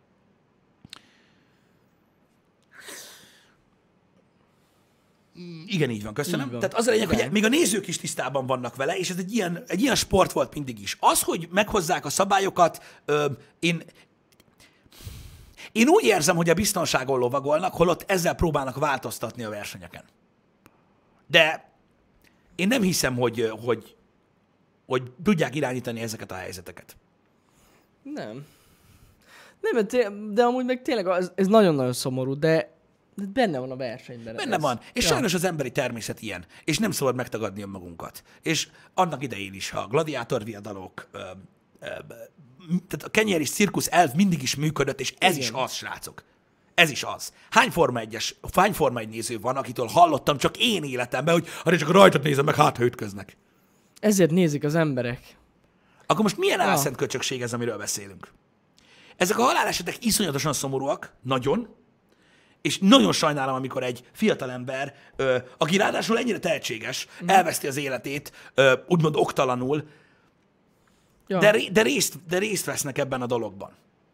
Igen, így van, köszönöm. Így van. Tehát az a lényeg, hogy még a nézők is tisztában vannak vele, és ez egy ilyen, egy ilyen sport volt mindig is. Az, hogy meghozzák a szabályokat, ö, én, én úgy érzem, hogy a biztonságon lovagolnak, holott ezzel próbálnak változtatni a versenyeken. De én nem hiszem, hogy, hogy, hogy tudják irányítani ezeket a helyzeteket. Nem. Nem, de amúgy meg tényleg az, ez nagyon-nagyon szomorú, de benne van a versenyben. Benne ez. Van. És ja. Sajnos az emberi természet ilyen. És nem szabad megtagadni magunkat. És annak idején is, ha a gladiátorviadalok, ö, ö, tehát a kenyér és cirkusz elv mindig is működött, és ez igen. is az, srácok. Ez is az. Hány Forma egyes, hány Forma egy néző van, akitől hallottam csak én életemben, hogy hát csak rajtad nézem meg, hát ha ütköznek. Ezért nézik az emberek. Akkor most milyen ja. álszent köcsökség ez, amiről beszélünk? Ezek a halálesetek iszonyatosan szomorúak, nagyon, és nagyon sajnálom, amikor egy fiatalember, ö, aki ráadásul ennyire tehetséges, mm. elveszti az életét, ö, úgymond oktalanul, ja. de, de, részt, de részt vesznek ebben a dologban.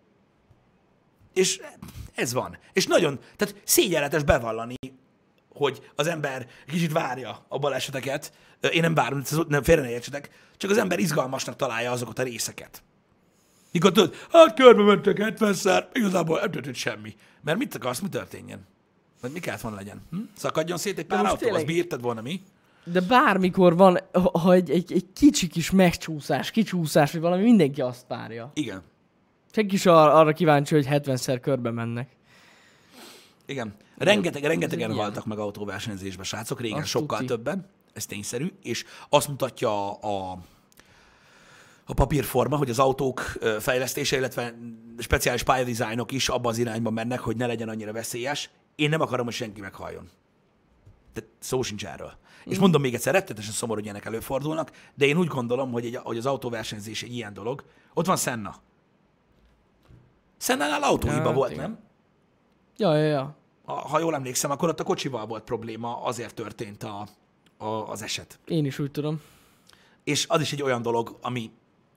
És ez van. És nagyon, tehát szégyenletes bevallani, hogy az ember kicsit várja a baleseteket. Én nem várom, nem félre ne értsetek, csak az ember izgalmasnak találja azokat a részeket. Mikor tudod, hát körbe mentek hetvenszer, igazából nem történt semmi. Mert mit akarsz, mi történjen? Vagy mi kellett volna legyen? Hm? Szakadjon szét egy pár autó, tényleg... azt bírtad volna mi? De bármikor van, ha egy, egy, egy kicsi kis megcsúszás, kicsúszás, vagy valami, mindenki azt várja. Igen. Senki is ar- arra kíváncsi, hogy hetvenszer körbe mennek. Igen. Rengeteg, rengetegen igen. haltak meg autóversenyzésbe, srácok, régen azt sokkal tuti. Többen. Ez tényszerű, és azt mutatja a, a, a papírforma, hogy az autók fejlesztése, illetve speciális pályadizájnok is abban az irányban mennek, hogy ne legyen annyira veszélyes. Én nem akarom, hogy senki meghalljon. Tehát szó sincs erről. Mm. És mondom még egyszer, rettetesen szomorú, hogy ilyenek előfordulnak, de én úgy gondolom, hogy, egy, hogy az autóversenyzés egy ilyen dolog. Ott van Senna. Sennánál autóhiba ja, volt, igen. nem? Ja, ja, ja. Ha, ha jól emlékszem, akkor ott a kocsival volt probléma, azért történt a, a, az eset. Én is úgy tudom. És az is egy olyan dolog, ami...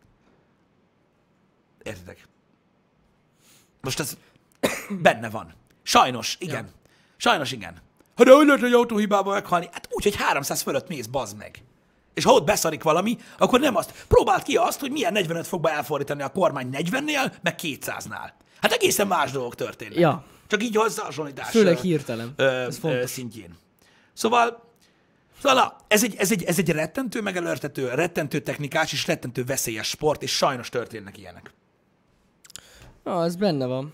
Értitek? Most ez benne van. Sajnos, igen. Ja. Sajnos, igen. Ha de hogy lehet, hogy autóhibában meghalni? Hát úgy, hogy háromszáz fölött mész, bazd meg. És ha ott beszarik valami, akkor nem azt. Próbáld ki azt, hogy milyen negyvenöt fokba elfordítani a kormány negyvennél, meg kétszáznál. Hát egészen más dolgok történnek. Ja. Csak így összehasonlítás. Főleg hirtelen. Ö, Ez fontos. ö, szintjén. Szóval, szóval na, ez, egy, ez, egy, ez egy rettentő megelőrtető, rettentő technikás és rettentő veszélyes sport, és sajnos történnek ilyenek. Na, ez benne van.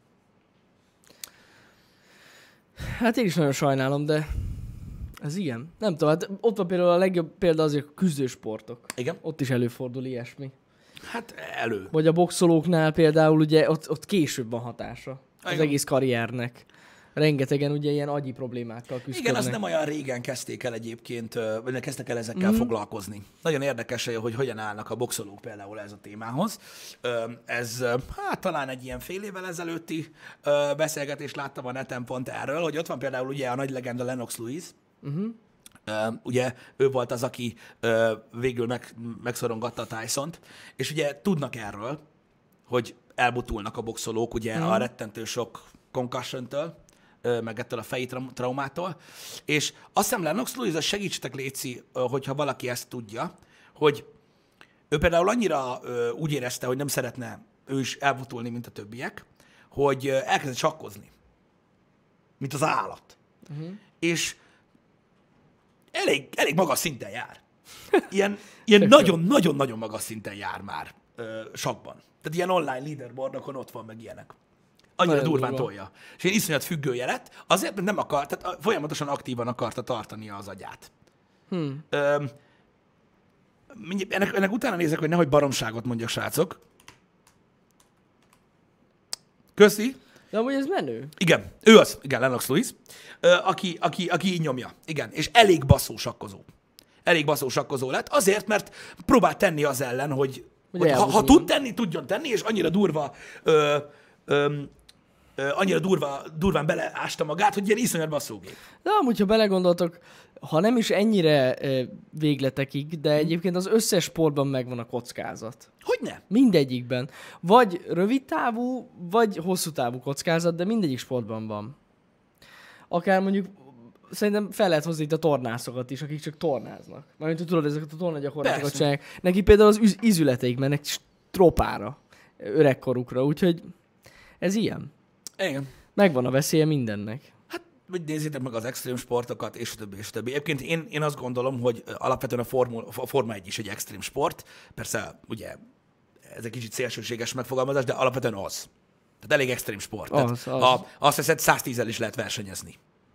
Hát én is nagyon sajnálom, de ez ilyen. Nem tudom, hát ott van például a legjobb példa azért a küzdősportok. Igen? Ott is előfordul ilyesmi. Hát elő. Vagy a boxolóknál például ugye ott, ott később van hatása az Igen. egész karriernek. Rengetegen ugye ilyen agyi problémákkal küzdködnek. Igen, azt nem olyan régen kezdték el egyébként, ö, vagy kezdtek el ezekkel mm. foglalkozni. Nagyon érdekes, hogy hogyan állnak a boxolók például ez a témához. Ö, Ez hát talán egy ilyen fél évvel ezelőtti ö, beszélgetést láttam a neten pont erről, hogy ott van például ugye a nagy legenda Lennox Lewis. Uh-huh. Uh, ugye ő volt az, aki uh, végül meg, megszorongatta a Tyson-t, és ugye tudnak erről, hogy elbutulnak a boxolók ugye mm. a rettentő sok concussion-től, uh, meg ettől a feji tra- traumától, és azt hiszem Lennox Lewis, az segítsetek léci, uh, hogyha valaki ezt tudja, hogy ő például annyira uh, úgy érezte, hogy nem szeretne ő is elbutulni, mint a többiek, hogy uh, elkezdett sakkozni, mint az állat. Uh-huh. És Elég, elég magas szinten jár. Ilyen, ilyen nagyon-nagyon-nagyon magas szinten jár már ö, sakban. Tehát ilyen online leaderboardokon ott van meg ilyenek. Annyira nagyon durván durva. Tolja. És én iszonyat függője lett, azért, mert nem akart, tehát folyamatosan aktívan akarta tartania az agyát. Hmm. Ö, ennek, ennek utána nézek, hogy nehogy baromságot mondjak, srácok. Köszi. De amúgy ez menő. Igen, ő az, igen, Lennox Lewis, aki, aki, aki így nyomja. Igen, és elég basszó sakkozó. Elég basszó sakkozó lett, azért, mert próbált tenni az ellen, hogy, hogy ha, ha tud tenni, tudjon tenni, és annyira durva, ö, ö, ö, annyira durva, durván beleásta magát, hogy ilyen iszonyat basszógép. De amúgy, ha belegondoltok, ha nem is ennyire e, végletekig, de egyébként az összes sportban megvan a kockázat. Hogyne? Mindegyikben. Vagy rövid távú, vagy hosszú távú kockázat, de mindegyik sportban van. Akár mondjuk, szerintem fel lehet hozni itt a tornászokat is, akik csak tornáznak. Mármint, tudod, ezeket a tornagyakorlatokat csinálják. Neki például az üz- ízületeik mennek tropára, öregkorukra, úgyhogy ez ilyen. Igen. Megvan a veszélye mindennek. Vagy nézzétek meg az extrém sportokat, és többi, és többi. Egyébként én, én azt gondolom, hogy alapvetően a Forma, a Forma egy is egy extrém sport. Persze, ugye, ez egy kicsit szélsőséges megfogalmazás, de alapvetően az. Tehát elég extrém sport. Az, az. A, azt hiszed, száztízzel is lehet versenyezni.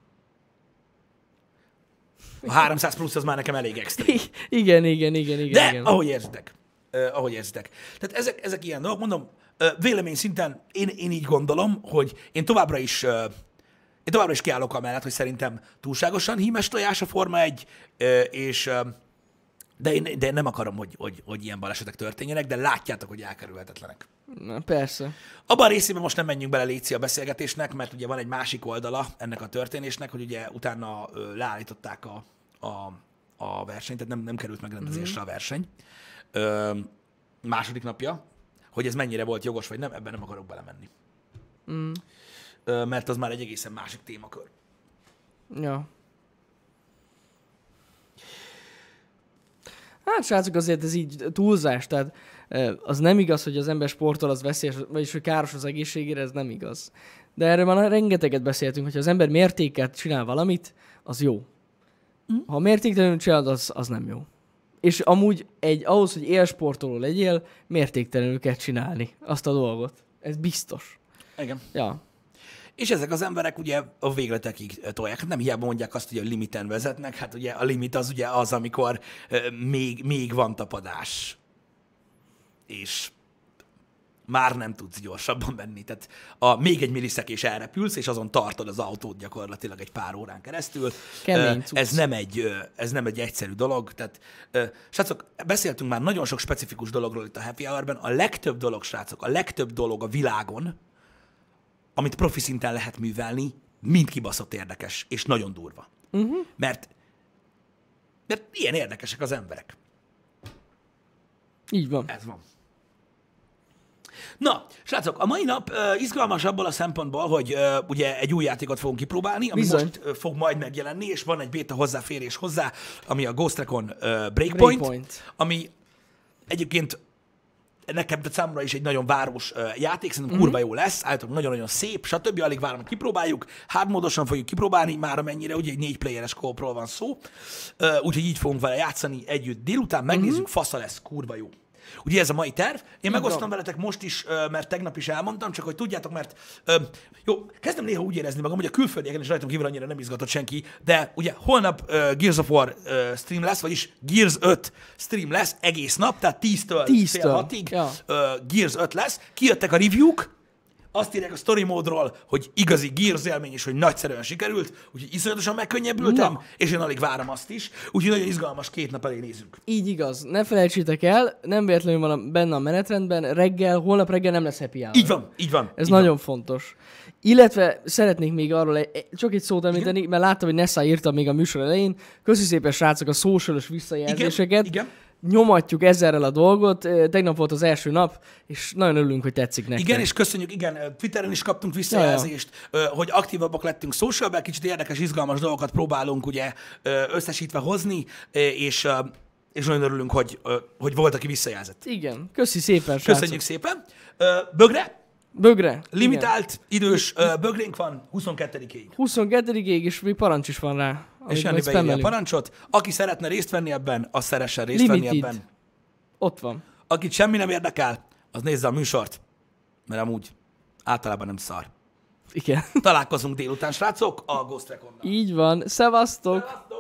A háromszáz plusz az már nekem elég extrém. Igen, igen, igen, igen. De igen. ahogy érzitek. Uh, ahogy érzitek. Tehát ezek, ezek ilyen dolgok. Mondom, uh, vélemény szinten én, én így gondolom, hogy én továbbra is uh, Én továbbra is kiállok amellett, hogy szerintem túlságosan hímes tojás a Forma egy, és, de, én, de én nem akarom, hogy, hogy, hogy ilyen balesetek történjenek, de látjátok, hogy elkerülhetetlenek. Na, persze. Abban a részében most nem menjünk bele, Léci, a beszélgetésnek, mert ugye van egy másik oldala ennek a történésnek, hogy ugye utána leállították a, a, a versenyt, tehát nem, nem került megrendezésre a verseny. Ö, második napja, hogy ez mennyire volt jogos, vagy nem, ebben nem akarok belemenni. Mm. Mert az már egy egészen másik témakör. Ja. Hát srácok, azért ez így túlzás, tehát az nem igaz, hogy az ember sportol, az veszélyes, vagyis hogy káros az egészségére, ez nem igaz. De erről már rengeteget beszéltünk, hogyha az ember mértéket csinál valamit, az jó. Mm. Ha mértéktelenül csinálod, az, az nem jó. És amúgy egy, ahhoz, hogy élsportoló legyél, mértéktelenül kell csinálni azt a dolgot. Ez biztos. Igen. Ja. És ezek az emberek ugye a végletekig tolják. Hát nem hiába mondják azt, hogy a limiten vezetnek, hát ugye a limit az ugye az, amikor uh, még, még van tapadás. És már nem tudsz gyorsabban menni. Tehát a, még egy milliszekés elrepülsz, és azon tartod az autót gyakorlatilag egy pár órán keresztül. Kemény uh, ez, nem egy, uh, ez nem egy egyszerű dolog. Tehát, uh, srácok, beszéltünk már nagyon sok specifikus dologról itt a Happy Hour-ben. A legtöbb dolog, srácok, a legtöbb dolog a világon, amit profi szinten lehet művelni, mind kibaszott érdekes, és nagyon durva. Uh-huh. Mert, mert ilyen érdekesek az emberek. Így van. Ez van. Na, srácok, a mai nap uh, izgalmas abból a szempontból, hogy uh, ugye egy új játékot fogunk kipróbálni, ami Bizony. most uh, fog majd megjelenni, és van egy beta hozzáférés hozzá, ami a Ghost Recon uh, Breakpoint, Breakpoint. ami egyébként nekem de számomra is egy nagyon város uh, játék, szerintem Mhm. kurva jó lesz, állítólag nagyon-nagyon szép, stb. Alig várom, hogy kipróbáljuk. Hardmódosan fogjuk kipróbálni, már amennyire ugye egy négy playeres co-opról van szó, uh, úgyhogy így fogunk vele játszani együtt délután, megnézzük, Mhm. fasza lesz, kurva jó. Ugye ez a mai terv. Én megosztom van. veletek most is, ö, mert tegnap is elmondtam, csak hogy tudjátok, mert ö, jó, kezdem néha úgy érezni magam, hogy a külföldieken is rajtam kívül annyira nem izgatott senki, de ugye holnap ö, Gears of War ö, stream lesz, vagyis Gears öt stream lesz egész nap, tehát tíztől fél tíztől, hatig ja. ö, Gears öt lesz. Kijöttek a review-k, azt írják a story módról, hogy igazi Gears élmény és hogy nagyszerűen sikerült, úgyhogy iszonyatosan megkönnyebbültem, Na. és én alig várom azt is, úgyhogy nagyon izgalmas két nap elé nézünk. Így igaz. Ne felejtsétek el, nem véletlenül van a, benne a menetrendben, reggel, holnap reggel nem lesz happy hour. Így van, így van. Ez így nagyon van. fontos. Illetve szeretnék még arról egy, csak egy szót említeni, Igen? mert láttam, hogy Nessa írta még a műsor elején. Köszi szépen, srácok, a socialos visszajelzéseket. Igen, igen. Nyomatjuk ezerrel a dolgot. Eh, Tegnap volt az első nap, és nagyon örülünk, hogy tetszik nektek. Igen, és köszönjük, igen, Twitteren is kaptunk visszajelzést, ja, ja. hogy aktívabbak lettünk socialben, kicsit érdekes, izgalmas dolgokat próbálunk ugye összesítve hozni, és, és nagyon örülünk, hogy, hogy volt, aki visszajelzett. Igen, köszi szépen, srácok. Köszönjük szépen. Bögre, Bögre. limitált igen. idős bögrénk van huszonkettedikéig. huszonkettedikéig, és még parancs is van rá. És Jani beírja a parancsot. Aki szeretne részt venni ebben, az szeressen részt Limited. venni ebben. Ott van. Akit semmi nem érdekel, az nézze a műsort, mert amúgy általában nem szar. Igen. Találkozunk délután, srácok, a Ghost Reconnal. Így van. Szevasztok! Szevasztok!